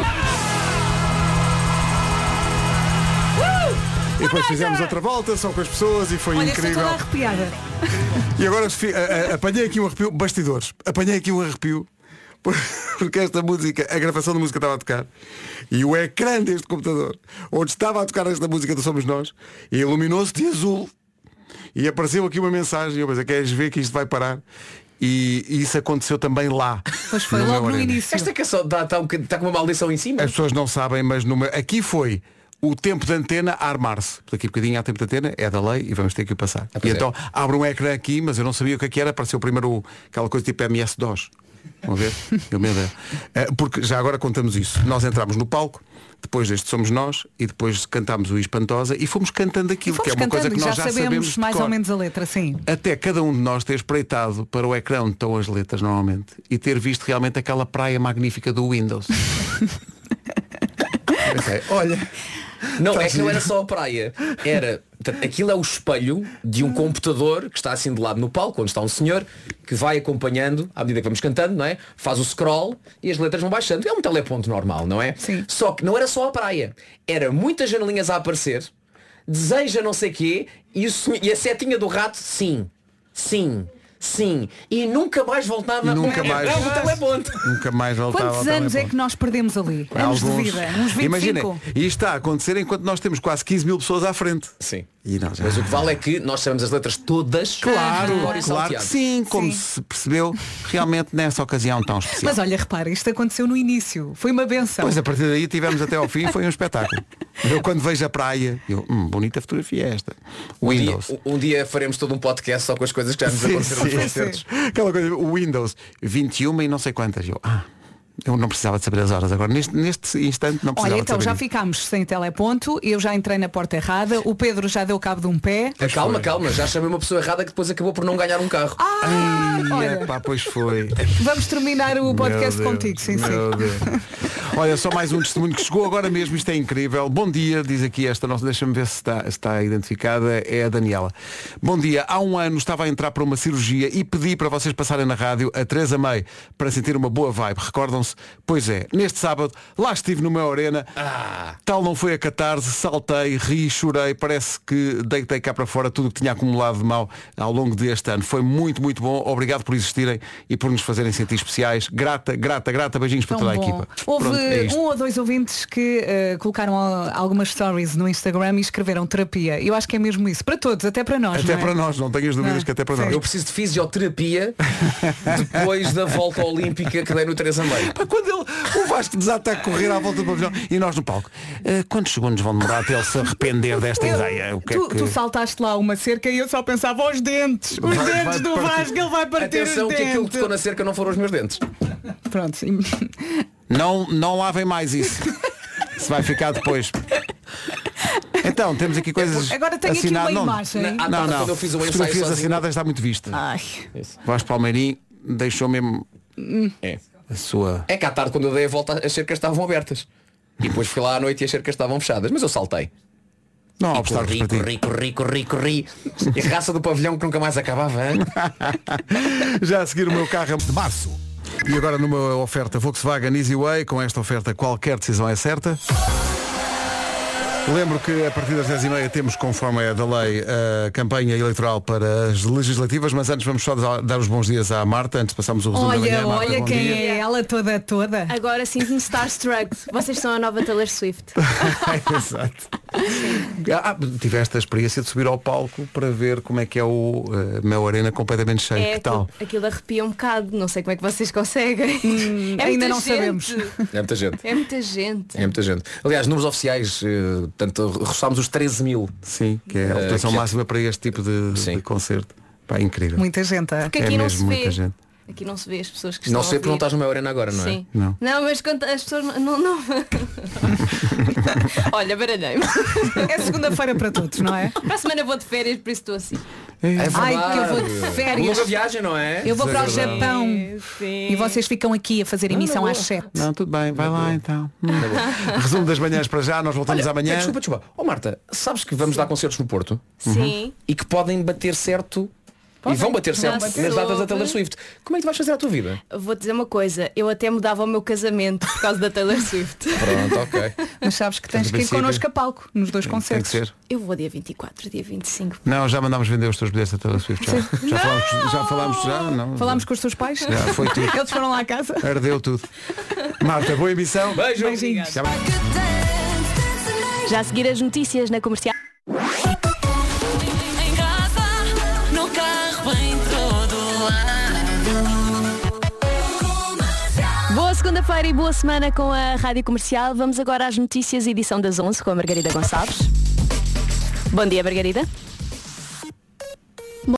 E depois fizemos outra volta, só com as pessoas, e foi Olha, incrível. estou toda arrepiada. E agora apanhei aqui um arrepio, bastidores, apanhei aqui um arrepio, porque esta música, a gravação da música estava a tocar, e o ecrã deste computador, onde estava a tocar esta música do Somos Nós, iluminou-se de azul, e apareceu aqui uma mensagem, e eu pensei, queres ver que isto vai parar? E isso aconteceu também lá. Pois foi logo no início. Esta canção está com uma maldição em cima. As pessoas não sabem, mas aqui foi o tempo de antena a armar-se. Daqui a bocadinho há tempo de antena, é da lei e vamos ter que o passar. E então abre um ecrã aqui, mas eu não sabia o que era. Apareceu primeiro aquela coisa tipo MS-DOS. Vamos ver? Porque já agora contamos isso. Nós entramos no palco, depois deste Somos Nós, e depois cantámos o Espantosa e fomos cantando aquilo, que é uma coisa que nós já sabemos mais de cor. ou menos a letra, sim. Até cada um de nós ter espreitado para o ecrã onde estão as letras normalmente e ter visto realmente aquela praia magnífica do Windows. Olha. Não, é que não era só a praia. Aquilo é o espelho de um computador que está assim de lado no palco, onde está um senhor que vai acompanhando à medida que vamos cantando, não é? Faz o scroll e as letras vão baixando. É um teleponto normal, não é? Sim. Só que não era só a praia. Era muitas janelinhas a aparecer, deseja não sei quê, e a setinha do rato, sim. E nunca mais voltava nunca mais. O teleponto. Nunca mais voltava. Quantos anos é que nós perdemos ali? Anos de vida, uns 25. Imaginem, e isto está a acontecer enquanto nós temos quase 15 mil pessoas à frente. Sim. E não, já... Mas o que vale é que nós sabemos as letras todas. Claro que sim, como se percebeu, realmente nessa ocasião tão especial. Mas olha, repara, isto aconteceu no início. Foi uma benção. Pois a partir daí tivemos até ao fim, foi um espetáculo. Eu quando vejo a praia, bonita fotografia esta. Windows. Um dia faremos todo um podcast só com as coisas que já nos aconteceram nos concertos. Aquela coisa, o Windows 21 e não sei quantas. Eu não precisava de saber as horas agora. Neste instante não precisava. Olha, então de saber já isso. ficámos sem teleponto, eu já entrei na porta errada, o Pedro já deu cabo de um pé. Calma, já chamei uma pessoa errada que depois acabou por não ganhar um carro. Olha. Pois foi. Vamos terminar o podcast Meu Deus, contigo, sim. meu Deus. Olha, só mais um testemunho que chegou agora mesmo, isto é incrível. Bom dia, diz aqui esta nossa, deixa-me ver se está identificada, é a Daniela. Bom dia, há um ano estava a entrar para uma cirurgia e pedi para vocês passarem na rádio a Teresa May para sentir uma boa vibe. Recordam-se? Pois é, neste sábado, lá estive no meu Arena, tal não foi a catarse, saltei, ri, chorei, parece que deitei cá para fora tudo o que tinha acumulado de mal ao longo deste ano. Foi muito, muito bom, obrigado por existirem e por nos fazerem sentir especiais. Grata, beijinhos para toda a equipa. Houve Pronto, é isto. um ou dois ouvintes que colocaram algumas stories no Instagram e escreveram terapia. Eu acho que é mesmo isso, para todos, até para nós. Até não é? para nós, não tenhas dúvidas que até para nós. Eu preciso de fisioterapia depois da volta olímpica que dei no Teresa May. Quando o Vasco desata a correr à volta do pavilhão e nós no palco. Quantos segundos vão demorar até ele se arrepender desta ideia? O que é que... Tu saltaste lá uma cerca e eu só pensava os dentes. Os dentes do Vasco, ele vai partir Atenção os que dentes. aquilo que ficou na cerca não foram os meus dentes. Pronto, sim. Não lavem mais isso. Se vai ficar depois. Então, temos aqui coisas Agora tenho assinadas. aqui uma imagem. Não. Quando eu fiz o ensaio Fotografias sozinho. assinadas está muito vista. Ai. Vasco Palmeirim deixou mesmo a sua... É que à tarde quando eu dei a volta as cercas estavam abertas. E depois fui lá à noite e as cercas estavam fechadas. Mas eu saltei. Não, e corri. E a raça do pavilhão que nunca mais acabava, hein? Já a seguir o meu carro de março. E agora numa oferta Volkswagen Easyway, com esta oferta qualquer decisão é certa. Lembro que a partir das 10h30 temos, conforme é da lei, a campanha eleitoral para as legislativas, mas antes vamos só dar os bons dias à Marta, antes passamos o resumo da manhã. Marta, Olha bom quem dia. é ela toda. Agora sinto-me starstruck. Vocês são a nova Taylor Swift. Exato. Tiveste a experiência de subir ao palco para ver como é que é o meu Arena completamente cheio. Que tal? Aquilo arrepia um bocado. Não sei como é que vocês conseguem. Ainda não gente. sabemos. É muita gente. É muita gente. É muita gente. Aliás, números oficiais, portanto, roçámos os 13 mil. Sim, que é a votação máxima para este tipo de concerto. Pá, incrível. Muita gente. Porque aqui não se muita vê. gente. Aqui não se vê as pessoas que Não estão sei porque não estás no meu Arena agora, não é? Sim. Não. Mas quando as pessoas não. Olha, baralhei-me. É segunda-feira para todos, não é? Para a semana vou de férias, por isso estou assim. Ai, que eu vou de férias. Uma longa viagem, não é? Eu vou para o Isso é verdade. Japão. Sim. E vocês ficam aqui a fazer emissão às 7. Não, tudo bem, vai lá então. Resumo das manhãs para já, nós voltamos amanhã. Desculpa. Marta, sabes que vamos dar concertos no Porto? Sim. E que podem bater certo. E vão bater certo nas datas da Taylor Swift. Como é que tu vais fazer a tua vida? Vou dizer uma coisa, eu até mudava o meu casamento por causa da Taylor Swift. Pronto, ok. Mas sabes que tens que ir connosco a palco nos dois Tem que concertos. ser. Eu vou dia 24, dia 25. Não, já mandámos vender os teus bilhetes da Taylor Swift. Já falámos. Não. Falámos com os teus pais? Já foi tudo. Eles foram lá à casa? Ardeu tudo. Marta, boa emissão. Beijo. Beijinhos. Já a seguir as notícias na Comercial. Em casa, no carro, em todo lado. Boa segunda-feira e boa semana com a Rádio Comercial. Vamos agora às notícias, edição das 11 com a Margarida Gonçalves. Bom dia, Margarida.